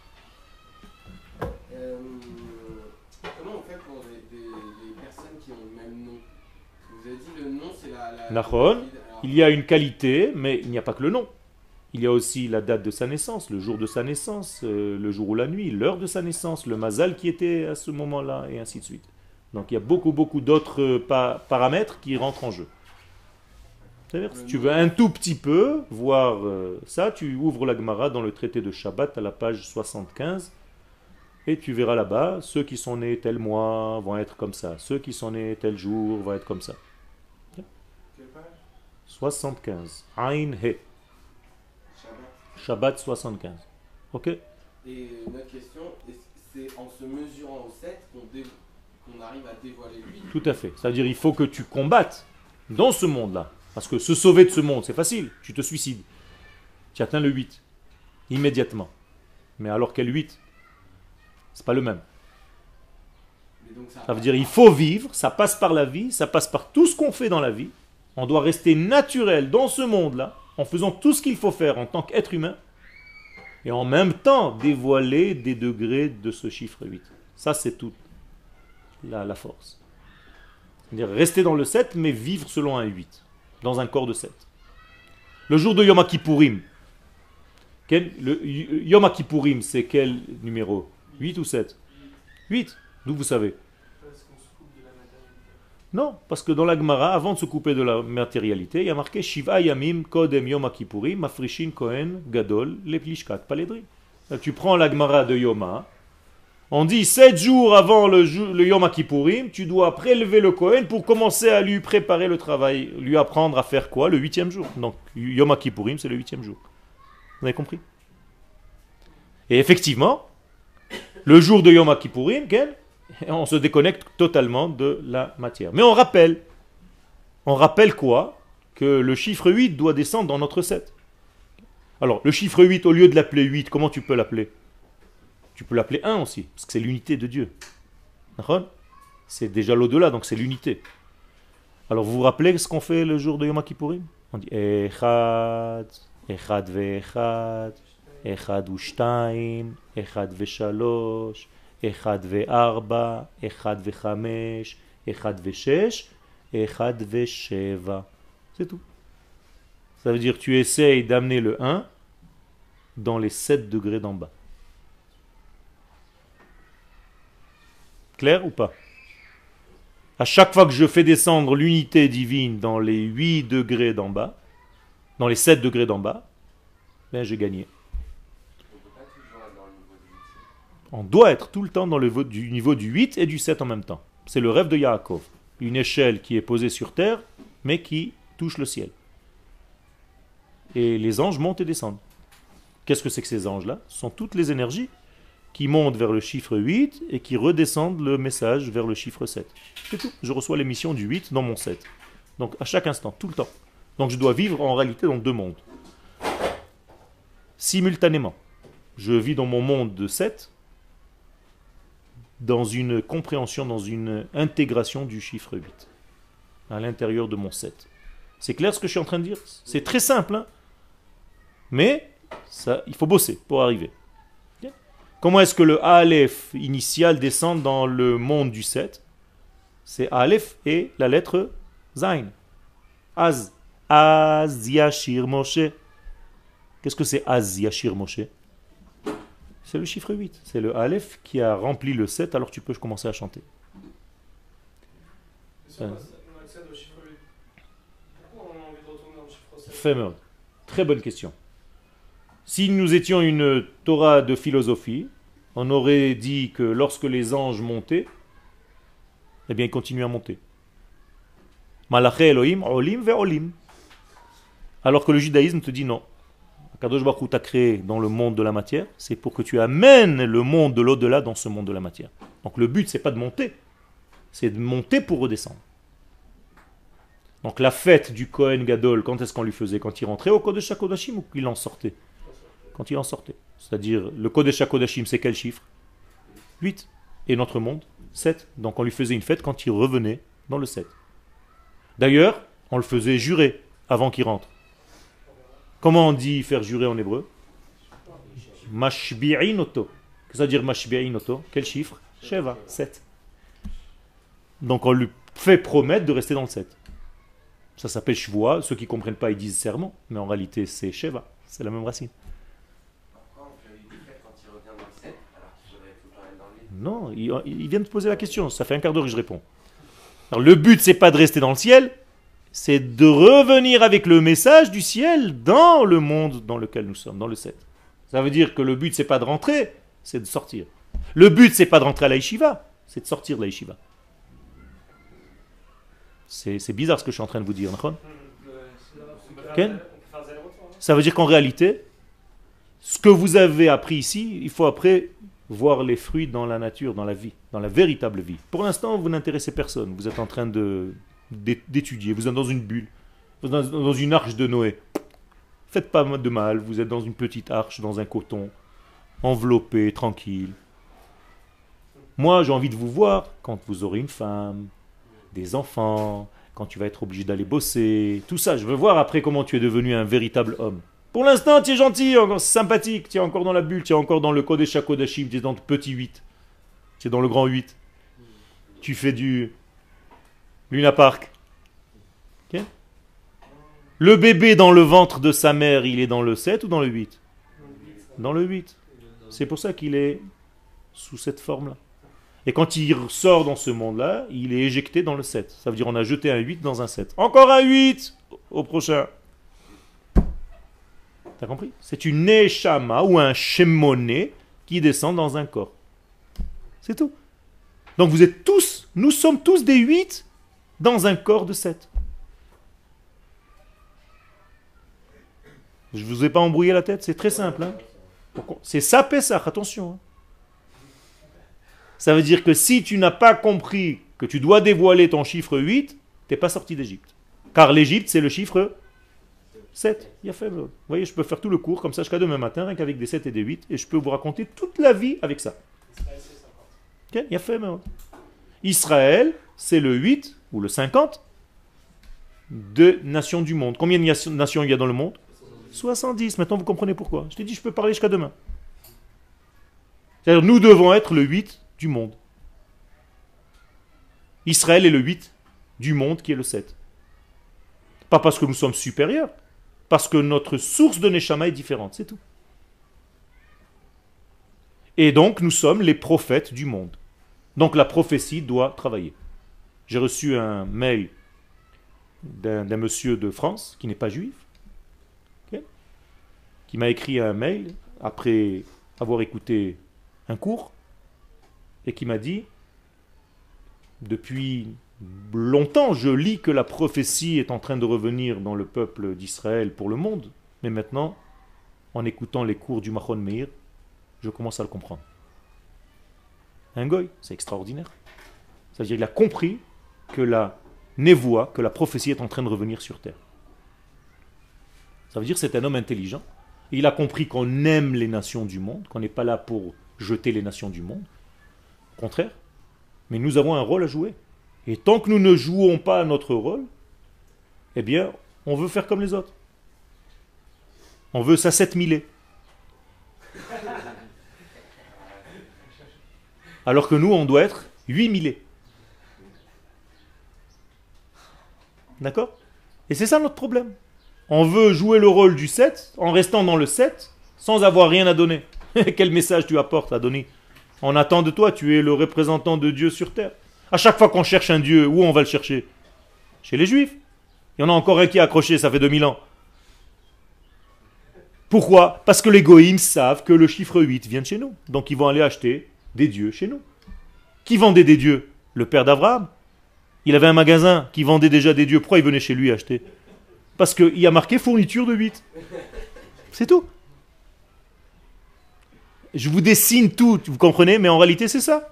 Euh, comment on fait pour des, des, des personnes qui ont le même nom? Vous avez dit le nom, c'est la... la Nachon, Alors, il y a une qualité, mais il n'y a pas que le nom. Il y a aussi la date de sa naissance, le jour de sa naissance, euh, le jour ou la nuit, l'heure de sa naissance, le mazal qui était à ce moment-là, et ainsi de suite. Donc il y a beaucoup, beaucoup d'autres euh, pa- paramètres qui rentrent en jeu. C'est-à-dire, si tu veux un tout petit peu voir euh, ça, tu ouvres la Gemara dans le traité de Shabbat à la page soixante-quinze, et tu verras là-bas, ceux qui sont nés tel mois vont être comme ça, ceux qui sont nés tel jour vont être comme ça. Quelle page? soixante-quinze. Ain He. Shabbat soixante-quinze. Ok? Et une autre question, est-ce que c'est en se mesurant au sept qu'on, dé... qu'on arrive à dévoiler le huit? Tout à fait. C'est-à-dire il faut que tu combattes dans ce monde-là. Parce que se sauver de ce monde, c'est facile. Tu te suicides. Tu atteins le huit. Immédiatement. Mais alors quel huit? C'est pas le même. Mais donc ça, Ça veut dire il faut vivre, ça passe par la vie, ça passe par tout ce qu'on fait dans la vie. On doit rester naturel dans ce monde-là, en faisant tout ce qu'il faut faire en tant qu'être humain, et en même temps dévoiler des degrés de ce chiffre huit. Ça, c'est toute la, la force. C'est-à-dire rester dans le sept, mais vivre selon un huit, dans un corps de sept. Le jour de Yom Kippourim, quel, le, Yom Kippourim, c'est quel numéro? huit ou sept? huit. D'où vous savez? Parce qu'on se coupe de la matérialité. Non, parce que dans la Gemara, avant de se couper de la matérialité, il y a marqué Shiva Yamim Kodem Yom Kippourim Mafrishin Kohen Gadol Leplishkat Paledri. Tu prends la Gemara de Yoma, on dit sept jours avant le, le Yom Kippourim, tu dois prélever le Kohen pour commencer à lui préparer le travail, lui apprendre à faire quoi? Le huitième jour. Donc Yom Kippourim, c'est le huitième jour. Vous avez compris? Et effectivement, le jour de Yom Kippourim, quel? On se déconnecte totalement de la matière. Mais on rappelle, on rappelle quoi? Que le chiffre huit doit descendre dans notre sept. Alors, le chiffre huit, au lieu de l'appeler huit, comment tu peux l'appeler? Tu peux l'appeler un aussi, parce que c'est l'unité de Dieu. D'accord? C'est déjà l'au-delà, donc c'est l'unité. Alors, vous vous rappelez ce qu'on fait le jour de Yom Kippourim? On dit Echad, Echad ve'echad, Echad u'shtaim, Echad ve'shalosh, אחד וארבע, אחד וחמש, Echad veshesh, Echad vesheva. C'est tout. Ça veut dire que tu essayes d'amener le un dans les sept degrés d'en bas. Clair ou pas? À chaque fois que je fais descendre l'unité divine dans les huit degrés d'en bas, dans les sept degrés d'en bas, ben j'ai gagné. On doit être tout le temps dans le vo- du niveau du huit et du sept en même temps. C'est le rêve de Yaakov. Une échelle qui est posée sur terre, mais qui touche le ciel. Et les anges montent et descendent. Qu'est-ce que c'est que ces anges-là? Ce sont toutes les énergies qui montent vers le chiffre huit et qui redescendent le message vers le chiffre sept. C'est tout. Je reçois l'émission du huit dans mon sept. Donc à chaque instant, tout le temps. Donc je dois vivre en réalité dans deux mondes. Simultanément. Je vis dans mon monde de sept, dans une compréhension, dans une intégration du chiffre huit, à l'intérieur de mon sept. C'est clair ce que je suis en train de dire? C'est très simple, hein? Mais ça, il faut bosser pour arriver. Comment est-ce que le Aleph initial descend dans le monde du sept? C'est Aleph et la lettre Zain. Az. Az Yashir Moshe. Qu'est-ce que c'est Az Yashir Moshe? C'est le chiffre huit. C'est le Aleph qui a rempli le sept, alors tu peux commencer à chanter. Et si on passe- on accède au chiffre huit, pourquoi on a envie de retourner au chiffre sept? Fameux. Très bonne question. Si nous étions une Torah de philosophie, on aurait dit que lorsque les anges montaient, eh bien ils continuent à monter. Malaché Elohim, Olim ve Olim. Alors que le judaïsme te dit non. Kadosh Baruch Hu t'a créé dans le monde de la matière, c'est pour que tu amènes le monde de l'au-delà dans ce monde de la matière. Donc le but, c'est pas de monter, c'est de monter pour redescendre. Donc la fête du Kohen Gadol, quand est-ce qu'on lui faisait? Quand il rentrait au Kodesh HaKodashim ou qu'il en sortait? Quand il en sortait. C'est-à-dire, le Kodesh HaKodashim, c'est quel chiffre? huit. Et notre monde, sept. Donc on lui faisait une fête quand il revenait dans le sept. D'ailleurs, on le faisait jurer avant qu'il rentre. Comment on dit faire jurer en hébreu? Mashbi'in oto. Qu'est-ce que ça veut dire Mashbi'in oto? Quel chiffre? Sheva, sept. Donc on lui fait promettre de rester dans le sept. Ça s'appelle Shvoa. Ceux qui ne comprennent pas, ils disent serment. Mais en réalité, c'est Sheva. C'est la même racine. Pourquoi on fait des fêtes quand il revient dans le sept alors qu'il devrait tout le temps être dans le huit? Non, il, il vient de poser la question. Ça fait un quart d'heure que je réponds. Alors le but, c'est pas de rester dans le ciel, c'est de revenir avec le message du ciel dans le monde dans lequel nous sommes, dans le sept. Ça veut dire que le but, c'est pas de rentrer, c'est de sortir. Le but, c'est pas de rentrer à la yeshiva, c'est de sortir de la yeshiva. C'est, c'est bizarre ce que je suis en train de vous dire, Nachon? Ken? Ça veut dire qu'en réalité, ce que vous avez appris ici, il faut après voir les fruits dans la nature, dans la vie, dans la véritable vie. Pour l'instant, vous n'intéressez personne. Vous êtes en train de, d'étudier, vous êtes dans une bulle, vous êtes dans une arche de Noé. Faites pas de mal, vous êtes dans une petite arche, dans un coton, enveloppé, tranquille. Moi, j'ai envie de vous voir quand vous aurez une femme, des enfants, quand tu vas être obligé d'aller bosser, tout ça. Je veux voir après comment tu es devenu un véritable homme. Pour l'instant, tu es gentil, encore sympathique, tu es encore dans la bulle, tu es encore dans le Kodesh HaKodashim, tu es dans le petit huit, tu es dans le grand huit. Tu fais du Luna Park. Okay. Le bébé dans le ventre de sa mère, il est dans le sept ou dans le huit? Dans le huit. C'est pour ça qu'il est sous cette forme-là. Et quand il sort dans ce monde-là, il est éjecté dans le sept. Ça veut dire on a jeté un huit dans un sept. Encore un huit au prochain. T'as compris? C'est une neshama ou un shemoné qui descend dans un corps. C'est tout. Donc vous êtes tous, nous sommes tous des huit dans un corps de sept. Je vous ai pas embrouillé la tête, c'est très simple. Hein? C'est ça, Pessah, attention. Hein? Ça veut dire que si tu n'as pas compris que tu dois dévoiler ton chiffre huit, tu n'es pas sorti d'Égypte. Car l'Égypte, c'est le chiffre sept. Il a fait. Vous voyez, je peux faire tout le cours comme ça jusqu'à demain matin, rien qu'avec des sept et des huit, et je peux vous raconter toute la vie avec ça. Okay? Il a fait. Israël, c'est le huit ou le cinquante de nations du monde. Combien de nations il y a dans le monde? soixante-dix. Maintenant, vous comprenez pourquoi. Je t'ai dit, je peux parler jusqu'à demain. C'est-à-dire, nous devons être le huit du monde. Israël est le huit du monde qui est le sept. Pas parce que nous sommes supérieurs, parce que notre source de Neshama est différente, c'est tout. Et donc nous sommes les prophètes du monde. Donc la prophétie doit travailler. J'ai reçu un mail d'un, d'un monsieur de France qui n'est pas juif, okay, qui m'a écrit un mail après avoir écouté un cours et qui m'a dit: depuis longtemps je lis que la prophétie est en train de revenir dans le peuple d'Israël pour le monde, mais maintenant, en écoutant les cours du Machon Meir, je commence à le comprendre. Un goy, c'est extraordinaire. C'est-à-dire qu'il a compris que la névoie, que la prophétie est en train de revenir sur terre. Ça veut dire que c'est un homme intelligent. Il a compris qu'on aime les nations du monde, qu'on n'est pas là pour jeter les nations du monde. Au contraire. Mais nous avons un rôle à jouer. Et tant que nous ne jouons pas notre rôle, eh bien, on veut faire comme les autres. On veut ça sept mille. Alors que nous, on doit être huit mille. D'accord? Et c'est ça notre problème. On veut jouer le rôle du sept en restant dans le sept sans avoir rien à donner. Quel message tu apportes à donner? On attend de toi, tu es le représentant de Dieu sur terre. À chaque fois qu'on cherche un Dieu, où on va le chercher? Chez les Juifs. Il y en a encore un qui est accroché, ça fait deux mille ans. Pourquoi? Parce que les goïms savent que le chiffre huit vient de chez nous. Donc ils vont aller acheter des dieux chez nous. Qui vendait des dieux? Le père d'Abraham. Il avait un magasin qui vendait déjà des dieux. Pourquoi il venait chez lui acheter? Parce qu'il y a marqué fourniture de huit. C'est tout. Je vous dessine tout, vous comprenez? Mais en réalité, c'est ça.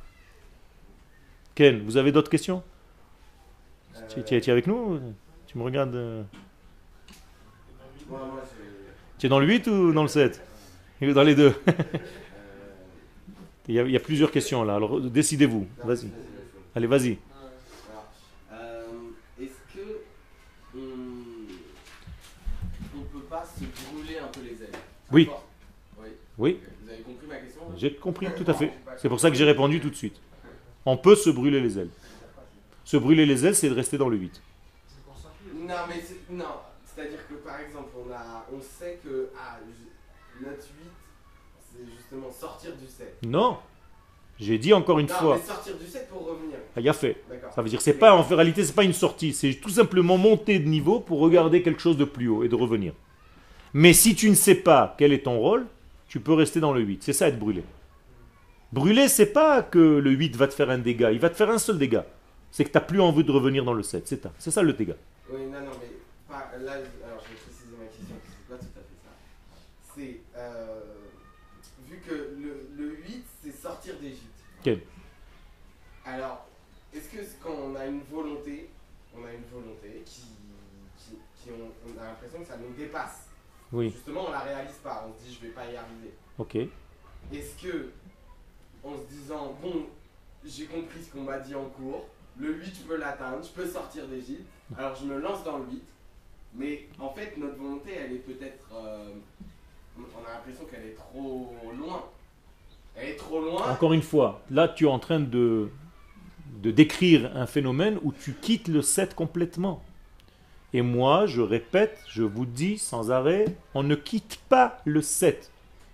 Ken, vous avez d'autres questions? euh... tu, tu, tu es avec nous? Tu me regardes euh... Moi, moi, Tu es dans le huit ou dans le sept? Dans les deux. il, y a, il y a plusieurs questions là, alors décidez-vous. Vas-y. Allez, vas-y. Euh, est-ce que on ne peut pas se brûler un peu les ailes? Oui. Oui. Oui. Vous avez compris ma question? J'ai compris, tout à fait. C'est pour ça que j'ai répondu tout de suite. On peut se brûler les ailes. Se brûler les ailes, c'est de rester dans le huit. Non, mais c'est, non. C'est-à-dire que par exemple, on, a, on sait que ah, notre huit, c'est justement sortir du sept. Non. J'ai dit encore une non, fois. Mais sortir du sept pour revenir. Ah, y a fait. D'accord. Ça veut dire que c'est pas, en réalité, c'est pas une sortie. C'est tout simplement monter de niveau pour regarder quelque chose de plus haut et de revenir. Mais si tu ne sais pas quel est ton rôle, tu peux rester dans le huit. C'est ça être brûlé. Brûler, c'est pas que le huit va te faire un dégât. Il va te faire un seul dégât. C'est que tu n'as plus envie de revenir dans le sept. C'est ça, c'est ça le dégât. Oui, non, non, mais pas, là, alors je vais préciser ma question, c'est pas tout à fait ça. C'est, euh, vu que le, le huit, c'est sortir d'Égypte. Okay. Alors, est-ce que quand on a une volonté, on a une volonté qui, qui, qui on, on a l'impression que ça nous dépasse. Oui. Justement, on la réalise pas, on se dit je vais pas y arriver. Ok. Est-ce que, en se disant, bon, j'ai compris ce qu'on m'a dit en cours, le huit, je peux l'atteindre, je peux sortir d'Égypte, alors je me lance dans le huit, mais en fait, notre volonté, elle est peut-être, euh, on a l'impression qu'elle est trop loin. Elle est trop loin. Encore une fois, là, tu es en train de, de décrire un phénomène où tu quittes le sept complètement. Et moi, je répète, je vous dis sans arrêt, on ne quitte pas le sept.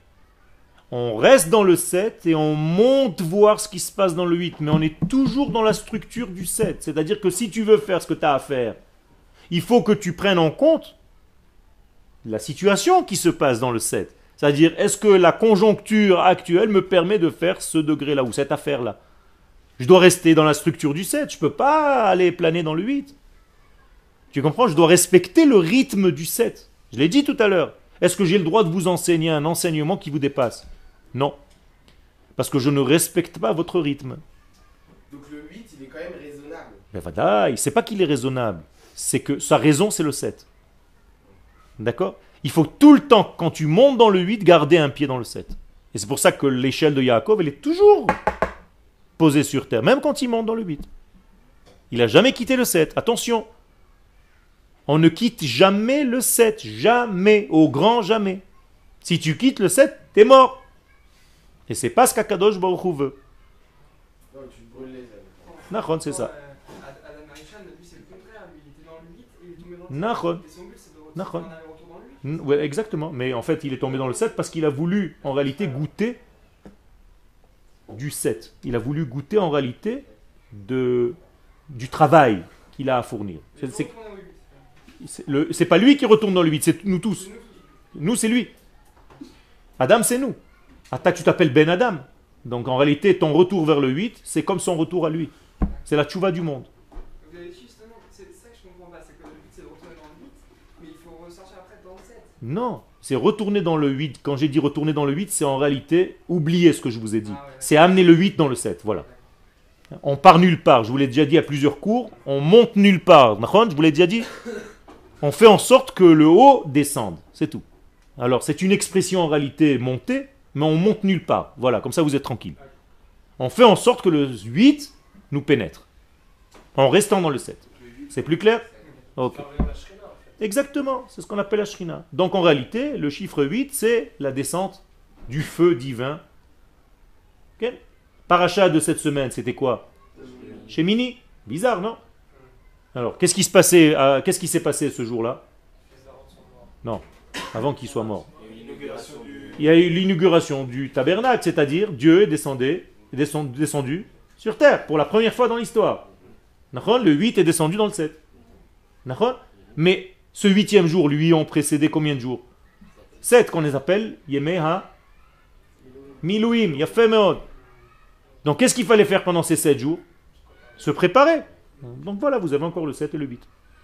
On reste dans le sept et on monte voir ce qui se passe dans le huit. Mais on est toujours dans la structure du sept. C'est-à-dire que si tu veux faire ce que tu as à faire, il faut que tu prennes en compte la situation qui se passe dans le sept. C'est-à-dire, est-ce que la conjoncture actuelle me permet de faire ce degré-là ou cette affaire-là? Je dois rester dans la structure du sept. Je ne peux pas aller planer dans le huit. Tu comprends? Je dois respecter le rythme du sept. Je l'ai dit tout à l'heure. Est-ce que j'ai le droit de vous enseigner un enseignement qui vous dépasse? Non. Parce que je ne respecte pas votre rythme. Donc le huit, il est quand même raisonnable. Mais vadaï, c'est pas qu'il est raisonnable. C'est que sa raison, c'est le sept. D'accord? Il faut tout le temps, quand tu montes dans le huit, garder un pied dans le sept. Et c'est pour ça que l'échelle de Yaakov, elle est toujours posée sur terre, même quand il monte dans le huit. Il n'a jamais quitté le sept. Attention. On ne quitte jamais le sept. Jamais. Au grand jamais. Si tu quittes le sept, t'es mort. Et c'est pas ce qu'Akadosh Baruch Hu veut. Non, tu brûles les ailes. Nahon, c'est ça. Adam Arishan, lui, c'est le contraire. Lui, il était dans le huit et il est tombé dans le Nahon. sept. Et son but, c'est de Nahon. faire un aller-retour dans le huit. N- ouais, exactement. Mais en fait, il est tombé dans le sept parce qu'il a voulu, en réalité, goûter du sept. Il a voulu goûter, en réalité, de, du travail qu'il a à fournir. Il C'est, faut c'est, retourner au huit. c'est le- c'est pas lui qui retourne dans le huit, c'est nous tous. C'est nous tous. Nous, c'est lui. Adam, c'est nous. Ata, tu t'appelles Ben Adam. Donc, en réalité, ton retour vers le huit, c'est comme son retour à lui. C'est la tchouva du monde. Vous avez dit justement, c'est ça que je comprends pas, c'est que le but c'est de retourner dans le huit, mais il faut ressortir après dans le sept. Non, c'est retourner dans le huit. Quand j'ai dit retourner dans le huit, c'est en réalité oublier ce que je vous ai dit. Ah ouais, d'accord. C'est amener le huit dans le sept. Voilà. On part nulle part. Je vous l'ai déjà dit à plusieurs cours. On monte nulle part. D'accord ? Je vous l'ai déjà dit. On fait en sorte que le haut descende. C'est tout. Alors, c'est une expression en réalité montée, mais on monte nulle part. Voilà, comme ça vous êtes tranquille. On fait en sorte que le huit nous pénètre. En restant dans le sept. C'est plus clair ? Ok. Faire venir la Shrina, en fait. Exactement, c'est ce qu'on appelle la Shrina. Donc en réalité, le chiffre huit, c'est la descente du feu divin. Ok. Paracha de cette semaine, c'était quoi? Shemini. Bizarre, non? Alors, qu'est-ce qui se passait, euh, qu'est-ce qui s'est passé ce jour-là? Les Arabes sont morts. Non, avant qu'il soit mort. Il y a eu l'inauguration du. Il y a eu l'inauguration du tabernacle, c'est-à-dire Dieu est descendu, est descendu, descendu sur terre pour la première fois dans l'histoire. D'accord. Le huit est descendu dans le sept. D'accord. Mais ce huitième jour, lui, ont précédé combien de jours? Sept, qu'on les appelle Yemei Ha Milouim, Yafé Meod. Donc qu'est-ce qu'il fallait faire pendant ces sept jours? Se préparer. Donc voilà, vous avez encore le sept et le huit.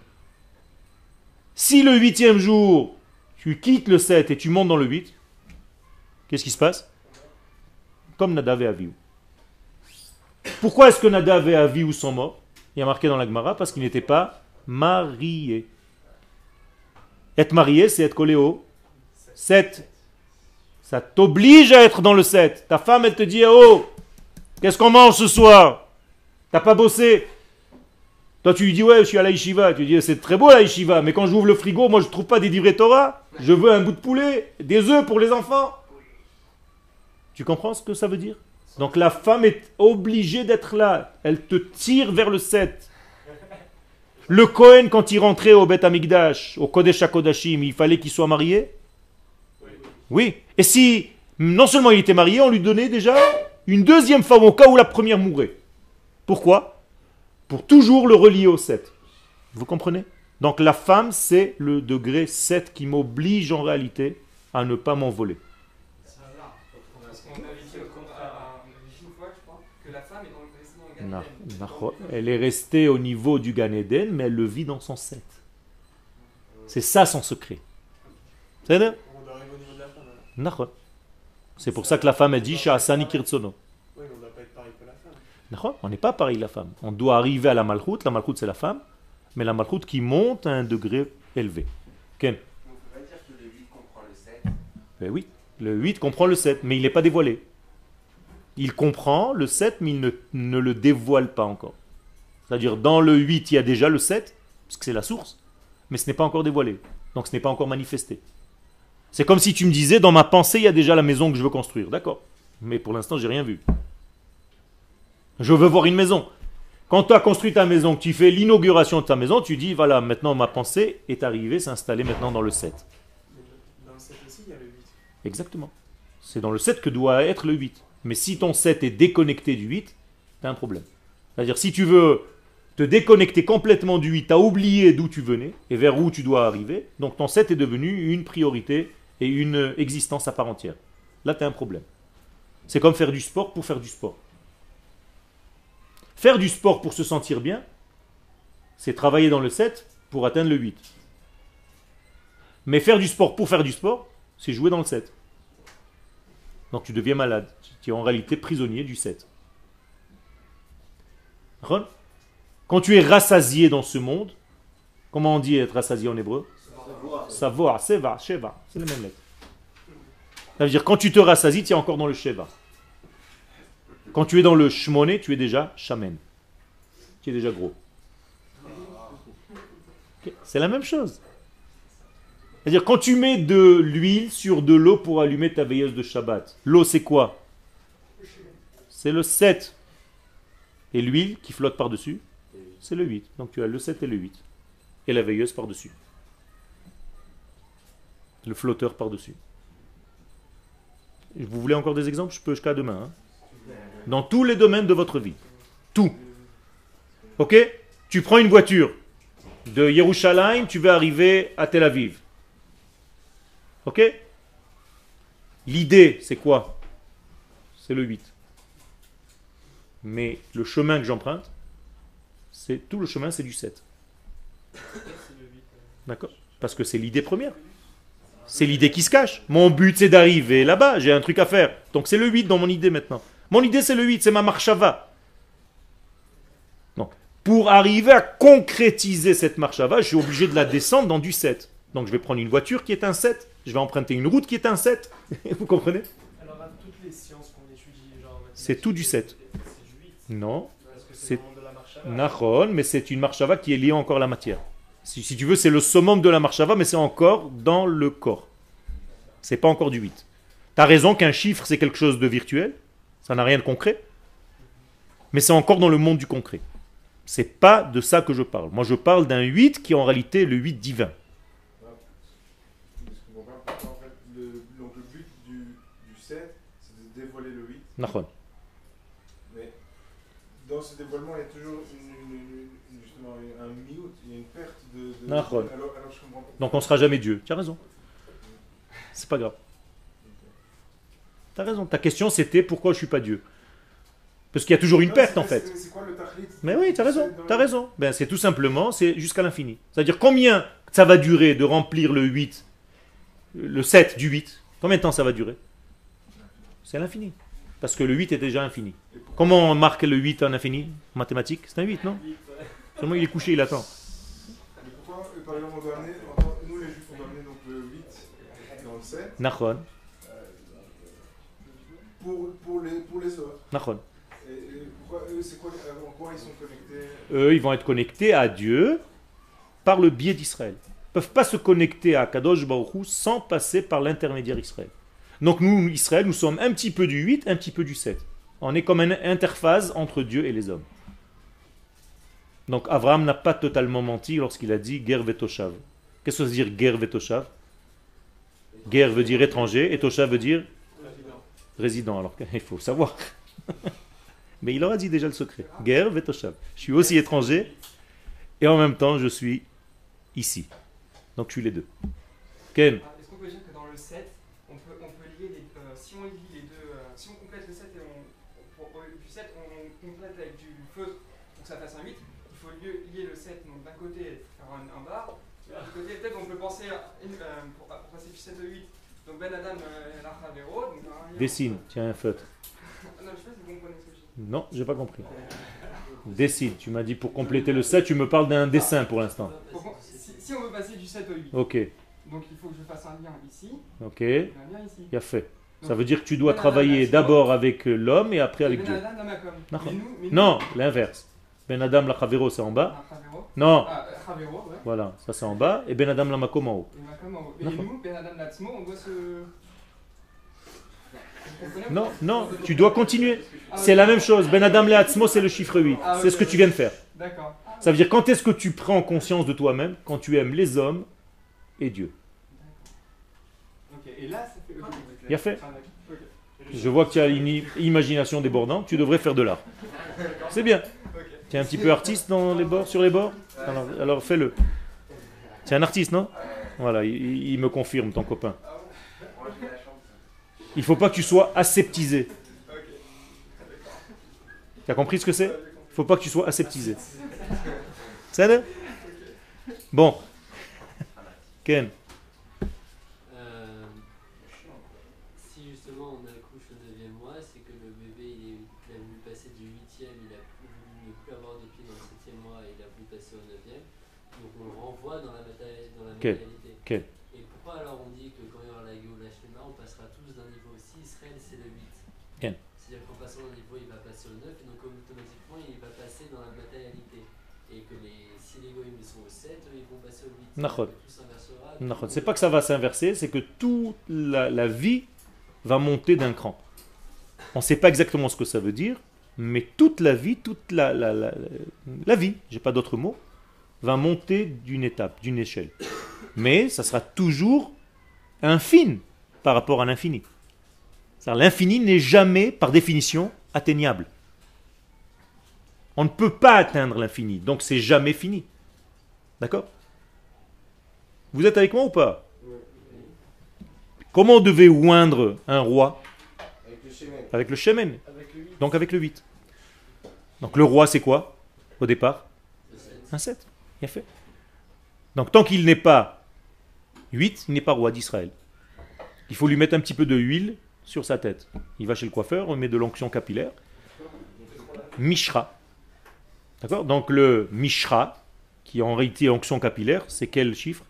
Si le huitième jour, tu quittes le sept et tu montes dans le huit, qu'est-ce qui se passe? Comme Nadav et Avihu. Pourquoi est-ce que Nadav et Avihu sont morts? Il y a marqué dans la Gemara, parce qu'ils n'étaient pas mariés. Être marié, c'est être collé au sept. Ça t'oblige à être dans le sept. Ta femme, elle te dit, oh, qu'est-ce qu'on mange ce soir? T'as pas bossé? Toi, tu lui dis, ouais, je suis à la yeshiva. Tu lui dis, c'est très beau la yeshiva, mais quand j'ouvre le frigo, moi, je trouve pas des livrets Torah. Je veux un bout de poulet, des œufs pour les enfants. Tu comprends ce que ça veut dire? Donc la femme est obligée d'être là. Elle te tire vers le sept. Le Kohen, quand il rentrait au Beth Amikdash, au Kodesh HaKodashim, il fallait qu'il soit marié? Oui. Et si, non seulement il était marié, on lui donnait déjà une deuxième femme au cas où la première mourait. Pourquoi? Pour toujours le relier au sept. Vous comprenez? Donc la femme, c'est le degré sept qui m'oblige en réalité à ne pas m'envoler. Parce qu'on avait dit au contraire, on avait dit une fois, je crois, que la femme est dans le restée dans le Na- Gan Eden. Nacho- Elle est restée au niveau du Gan Eden, mais elle le vit dans son sept. C'est ça son secret. C'est vrai? On arrive au niveau de la femme. alors. Nacho. C'est pour ça que la femme a dit Sha'asani Kirtsono. Oui, mais on ne doit pas être pareil que la femme. Nacho. On n'est pas pareil la femme. On doit arriver à la Malchut. La Malchut c'est la femme, mais la Malchut qui monte à un degré élevé. Ken? On peut pas dire que le huit comprend le sept. Ben oui, le huit comprend le sept, mais il n'est pas dévoilé. Il comprend le sept, mais il ne, ne le dévoile pas encore. C'est-à-dire, dans le huit, il y a déjà le sept, parce que c'est la source, mais ce n'est pas encore dévoilé. Donc ce n'est pas encore manifesté. C'est comme si tu me disais, dans ma pensée, il y a déjà la maison que je veux construire. D'accord. Mais pour l'instant, j'ai rien vu. Je veux voir une maison. Quand tu as construit ta maison, que tu fais l'inauguration de ta maison, tu dis, voilà, maintenant ma pensée est arrivée, s'est installée maintenant dans le sept. Mais dans le sept aussi, il y a le huit. Exactement. C'est dans le sept que doit être le huit. Mais si ton sept est déconnecté du huit, tu as un problème. C'est-à-dire, si tu veux te déconnecter complètement du huit, tu as oublié d'où tu venais et vers où tu dois arriver, donc ton sept est devenu une priorité et une existence à part entière. Là, tu as un problème. C'est comme faire du sport pour faire du sport. Faire du sport pour se sentir bien, c'est travailler dans le sept pour atteindre le huit. Mais faire du sport pour faire du sport, c'est jouer dans le sept. Donc tu deviens malade. Tu es en réalité prisonnier du sept. Quand tu es rassasié dans ce monde, comment on dit être rassasié en hébreu? Savoir, seva, sheva. C'est la même lettre. Ça veut dire quand tu te rassasies, tu es encore dans le sheva. Quand tu es dans le shmoné, tu es déjà shamen. Tu es déjà gros. Okay. C'est la même chose. C'est-à-dire, quand tu mets de l'huile sur de l'eau pour allumer ta veilleuse de Shabbat, l'eau c'est quoi? C'est le sept. Et l'huile qui flotte par-dessus, c'est le huit. Donc tu as le sept et le huit. Et la veilleuse par-dessus. Le flotteur par-dessus. Vous voulez encore des exemples? Je peux jusqu'à demain. Hein. Dans tous les domaines de votre vie. Tout. Ok? Tu prends une voiture. De Yerushalayim, tu vas arriver à Tel Aviv. Ok? L'idée, c'est quoi? C'est le huit. Mais le chemin que j'emprunte, c'est tout le chemin, c'est du sept. D'accord? Parce que c'est l'idée première. C'est l'idée qui se cache. Mon but, c'est d'arriver là-bas. J'ai un truc à faire. Donc c'est le huit dans mon idée maintenant. Mon idée, c'est le huit. C'est ma marshava. Donc, pour arriver à concrétiser cette marshava, je suis obligé de la descendre dans du sept. Donc je vais prendre une voiture qui est un sept. Je vais emprunter une route qui est un sept. Vous comprenez? Alors, à toutes les sciences qu'on étudie, genre. C'est tout du sept. C'est du huit. Non. Parce que c'est C'est le monde de la marche à Nachon, mais c'est une marshava qui est liée encore à la matière. Si, si tu veux, c'est le summum de la marshava, mais c'est encore dans le corps. C'est pas encore du huit. Tu as raison qu'un chiffre, c'est quelque chose de virtuel. Ça n'a rien de concret. Mais c'est encore dans le monde du concret. C'est pas de ça que je parle. Moi, je parle d'un huit qui est en réalité le huit divin. Je comprends pas pourquoi, en fait, le, donc le but du, du sept, c'est de dévoiler le huit. Nachon. Mais dans ce dévoilement, il y a toujours une, une- une- justement un miout, il y a une perte de. de Nachon. alors, alors je comprends pas. Donc on sera jamais Dieu. Tu as raison. C'est pas grave. Tu as raison. Ta question, c'était pourquoi je suis pas Dieu. Parce qu'il y a toujours une Non, perte, c'est- en fait. c'est- C'est quoi le tahlit? Mais oui, tu as raison, C'est dans tu as le- raison. Ben, c'est tout simplement, c'est jusqu'à l'infini. C'est-à-dire combien ça va durer de remplir le huit, le sept du huit, combien de temps ça va durer? C'est à l'infini. Parce que le huit est déjà infini. Et pourquoi- Comment on marque le huit en infini? En mathématiques, c'est un huit, non? Seulement il est couché, il attend. mais pourquoi, euh, par exemple, on doit amener, en tant- nous les juifs, on doit amener donc le huit dans le sept Nachon, pour, pour, les, pour les autres. Nachon. Et, et pourquoi eux, c'est quoi, euh, en quoi ils sont connectés? Eux, ils vont être connectés à Dieu par le biais d'Israël. Ils ne peuvent pas se connecter à Kadosh Baruch Hu sans passer par l'intermédiaire Israël. Donc nous, Israël, nous sommes un petit peu du huit, un petit peu du sept. On est comme une interface entre Dieu et les hommes. Donc Abraham n'a pas totalement menti lorsqu'il a dit Ger vetoshav. Qu'est-ce que ça veut dire Ger vetoshav? Ger veut dire étranger et toshav veut dire résident. Alors il faut savoir. Mais il leur a dit déjà le secret. Ger vetoshav. Je suis aussi étranger et en même temps je suis ici. Donc je suis les deux. Ken, Ah, est-ce qu'on peut dire que dans le sept, on peut, on peut lier les, euh, si on lie les deux, euh, si on complète le sept et on, pour, pour- du sept, on complète avec du feu pour que ça fasse un huit, il faut lier, lier le sept, donc d'un côté faire un, un bar, et de l'autre côté peut-être on peut penser à une, euh, pour, pour passer du sept au huit, donc Ben Adam euh, l'Achavero, donc un lien dessine, entre- tiens un feutre. Ah non, je sais pas si vous comprenez ce que je dis. Non, j'ai pas compris. Dessine, tu m'as dit pour compléter le sept, tu me parles d'un dessin pour l'instant. Pour qu'on- si, si on veut passer du sept au huit, Ok, donc il faut que je fasse un lien ici, ok, et un lien ici. il a fait. Ça Donc, veut dire que tu dois Ben travailler Adam, d'abord avec l'homme et après et avec Ben Dieu. Adam dans ma com. D'accord. Mais nous, mais nous, Non, l'inverse. Ben Adam la Chavero, c'est en bas. L'Achavero. Non, Ah, euh, Chavero, ouais. voilà, ça c'est en bas. Et Ben Adam la Makom en haut. Et ma com en haut. Et D'accord. nous, Ben Adam Latzmo, on doit se. Vous comprenez ou Non, pas non, tu dois continuer. Ah, C'est ok. la même chose. Ben Adam le Hatzmo, c'est le chiffre huit. Ah, C'est ok, ce que ok. tu viens de faire. D'accord. Ça veut dire quand est-ce que tu prends conscience de toi-même? Quand tu aimes les hommes et Dieu. Ok, et là, ça fait. Ok. Il a fait. Ah, d'accord. Ok. Je vois que tu as une i- imagination débordante. Tu devrais faire de l'art. C'est bien. Ok. Tu es un petit peu artiste dans les bords, sur les bords? Alors, alors fais-le. Tu es un artiste, non? Voilà, il, il me confirme, ton copain. Il faut pas que tu sois aseptisé. Tu as compris ce que c'est? Il faut pas que tu sois aseptisé. C'est ça? Bon. Ken. Euh, si justement on accouche au neuvième mois, c'est que le bébé il, est, il a voulu passer du huitième, il a voulu ne plus avoir de pied dans le septième mois et il a voulu passer au neuvième. Donc on le renvoie dans la, maté- dans la Quel matérialité. Quel Et pourquoi alors on dit que quand il y aura la Géoula Shlema, on passera tous d'un niveau aussi, Israël c'est le huit. Quel C'est-à-dire qu'en passant d'un niveau, il va passer au neuf et donc automatiquement il va passer dans la matérialité. Et que les, si les goïms ils sont au sept, eux, ils vont passer au huit. Nachon. Donc, tout s'inversera. Nachon. C'est pas que ça va s'inverser, c'est que toute la, la vie va monter d'un cran. On ne sait pas exactement ce que ça veut dire, Mais toute la vie, toute la, la, la, la vie, j'ai pas d'autre mot, va monter d'une étape, d'une échelle. Mais ça sera toujours infime par rapport à l'infini. C'est-à-dire, l'infini n'est jamais, par définition, atteignable. On ne peut pas atteindre l'infini, donc c'est jamais fini. D'accord? Vous êtes avec moi ou pas? Comment on devait oindre un roi? Avec le schéma. Avec le shemen, Avec le huit. donc avec le huit. Donc le roi c'est quoi au départ? Un sept. Il a fait. Donc tant qu'il n'est pas huit, il n'est pas roi d'Israël. Il faut lui mettre un petit peu de huile sur sa tête. Il va chez le coiffeur, on met de l'onction capillaire. Mishra. D'accord? Donc le Mishra, qui est en réalité onction capillaire, c'est quel chiffre?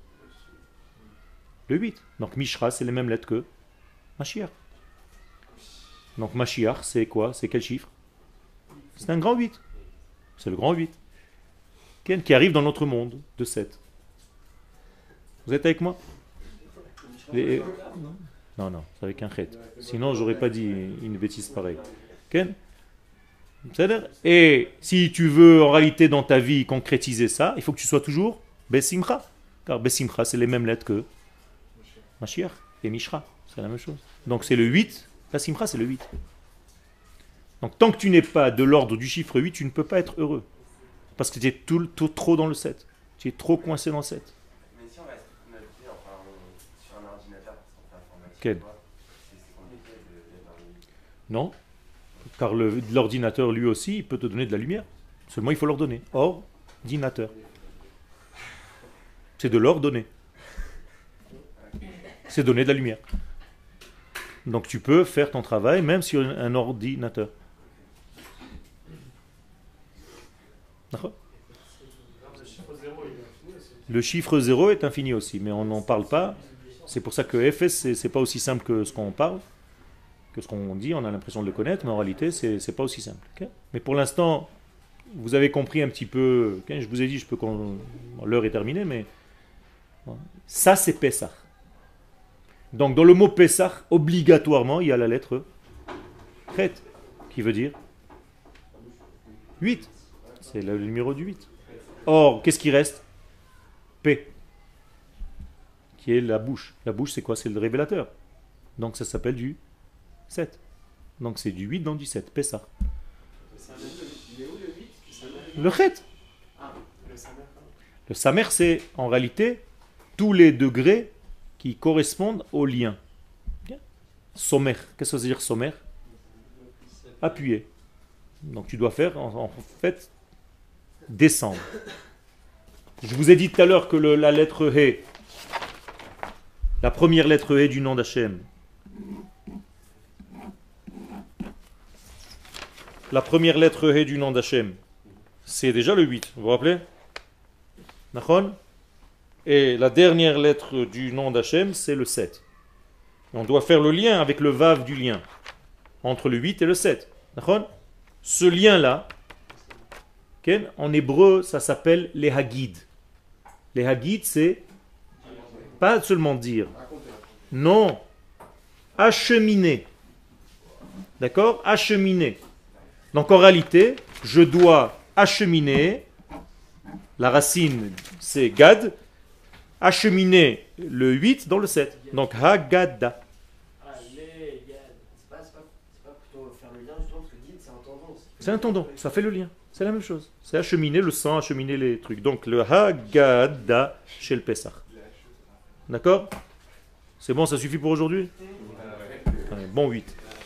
Le huit. Donc Mishra, c'est les mêmes lettres que Mashiach. Donc Mashiach, c'est quoi? C'est quel chiffre? C'est un grand huit. C'est le grand huit. Ken, qui arrive dans notre monde de sept. Vous êtes avec moi? Les- Non, non, c'est avec un chet. Sinon, j'aurais pas dit une bêtise pareille. Ken? C'est-à-dire, et si tu veux en réalité dans ta vie concrétiser ça, il faut que tu sois toujours Besimcha. Car Besimcha, c'est les mêmes lettres que Mashiach et Mishra. C'est la même chose. Donc c'est le huit. La Simcha, c'est le huit. Donc tant que tu n'es pas de l'ordre du chiffre huit, tu ne peux pas être heureux. Parce que tu es tout, tout, trop dans le sept. Tu es trop coincé dans le sept. Mais si on reste toute notre vie enfin, on- sur un ordinateur parce qu'on fait informatique, Quel? quoi, c'est c'est compliqué de- d'être dans le- Non. Car le- l'ordinateur, lui aussi, il peut te donner de la lumière. Seulement, il faut l'ordonner. Ordinateur. C'est de l'ordonner. C'est donner de la lumière. Donc tu peux faire ton travail même sur un un ordinateur. D'accord? Le chiffre zéro, il est infini aussi. Le chiffre zéro est infini aussi, mais on n'en parle pas. C'est pour ça que F S, c'est, c'est pas aussi simple que ce qu'on parle, que ce qu'on dit. On a l'impression de le connaître, mais en réalité, c'est, c'est pas aussi simple. Ok. Mais pour l'instant, vous avez compris un petit peu. Ok, je vous ai dit, je peux qu'on... l'heure est terminée, mais bon, ça, c'est Pessah. Donc, dans le mot Pessah, obligatoirement, il y a la lettre Chet, qui veut dire huit. C'est le numéro du huit. Or, qu'est-ce qui reste? P, qui est la bouche. La bouche, c'est quoi? C'est le révélateur. Donc, ça s'appelle du sept. Donc, c'est du huit dans du sept. Pessah. Il est où le huit? Le Chet. Le Samer, Le Samer, c'est en réalité tous les degrés qui correspondent au lien. Bien. Sommer. Qu'est-ce que ça veut dire sommer? Appuyer. Donc, tu dois faire, en, en fait, descendre. Je vous ai dit tout à l'heure que le- la lettre He, la première lettre He du nom d'Hachem, la première lettre He du nom d'Hachem, c'est déjà le huit, vous vous rappelez? Nachon? Et la dernière lettre du nom d'Hachem, c'est le sept. Et on doit faire le lien avec le vav du lien, entre le huit et le sept. Nachon? Ce lien-là, ok, en hébreu, ça s'appelle les Hagid. Les Hagid, c'est pas seulement dire. Non. Acheminer. D'accord? Acheminer. Donc en réalité, je dois acheminer, la racine c'est Gad, acheminer le huit dans le sept. Donc Haggadah. Allez, Yann. C'est pas, c'est pas, c'est pas plutôt faire le lien justement parce que guide c'est un tendon. C'est un tendon, ça fait le lien. C'est la même chose. C'est acheminer le sang, acheminer les trucs. Donc le Haggadah chez le Pessah. D'accord? C'est bon, ça suffit pour aujourd'hui? Allez, bon huit.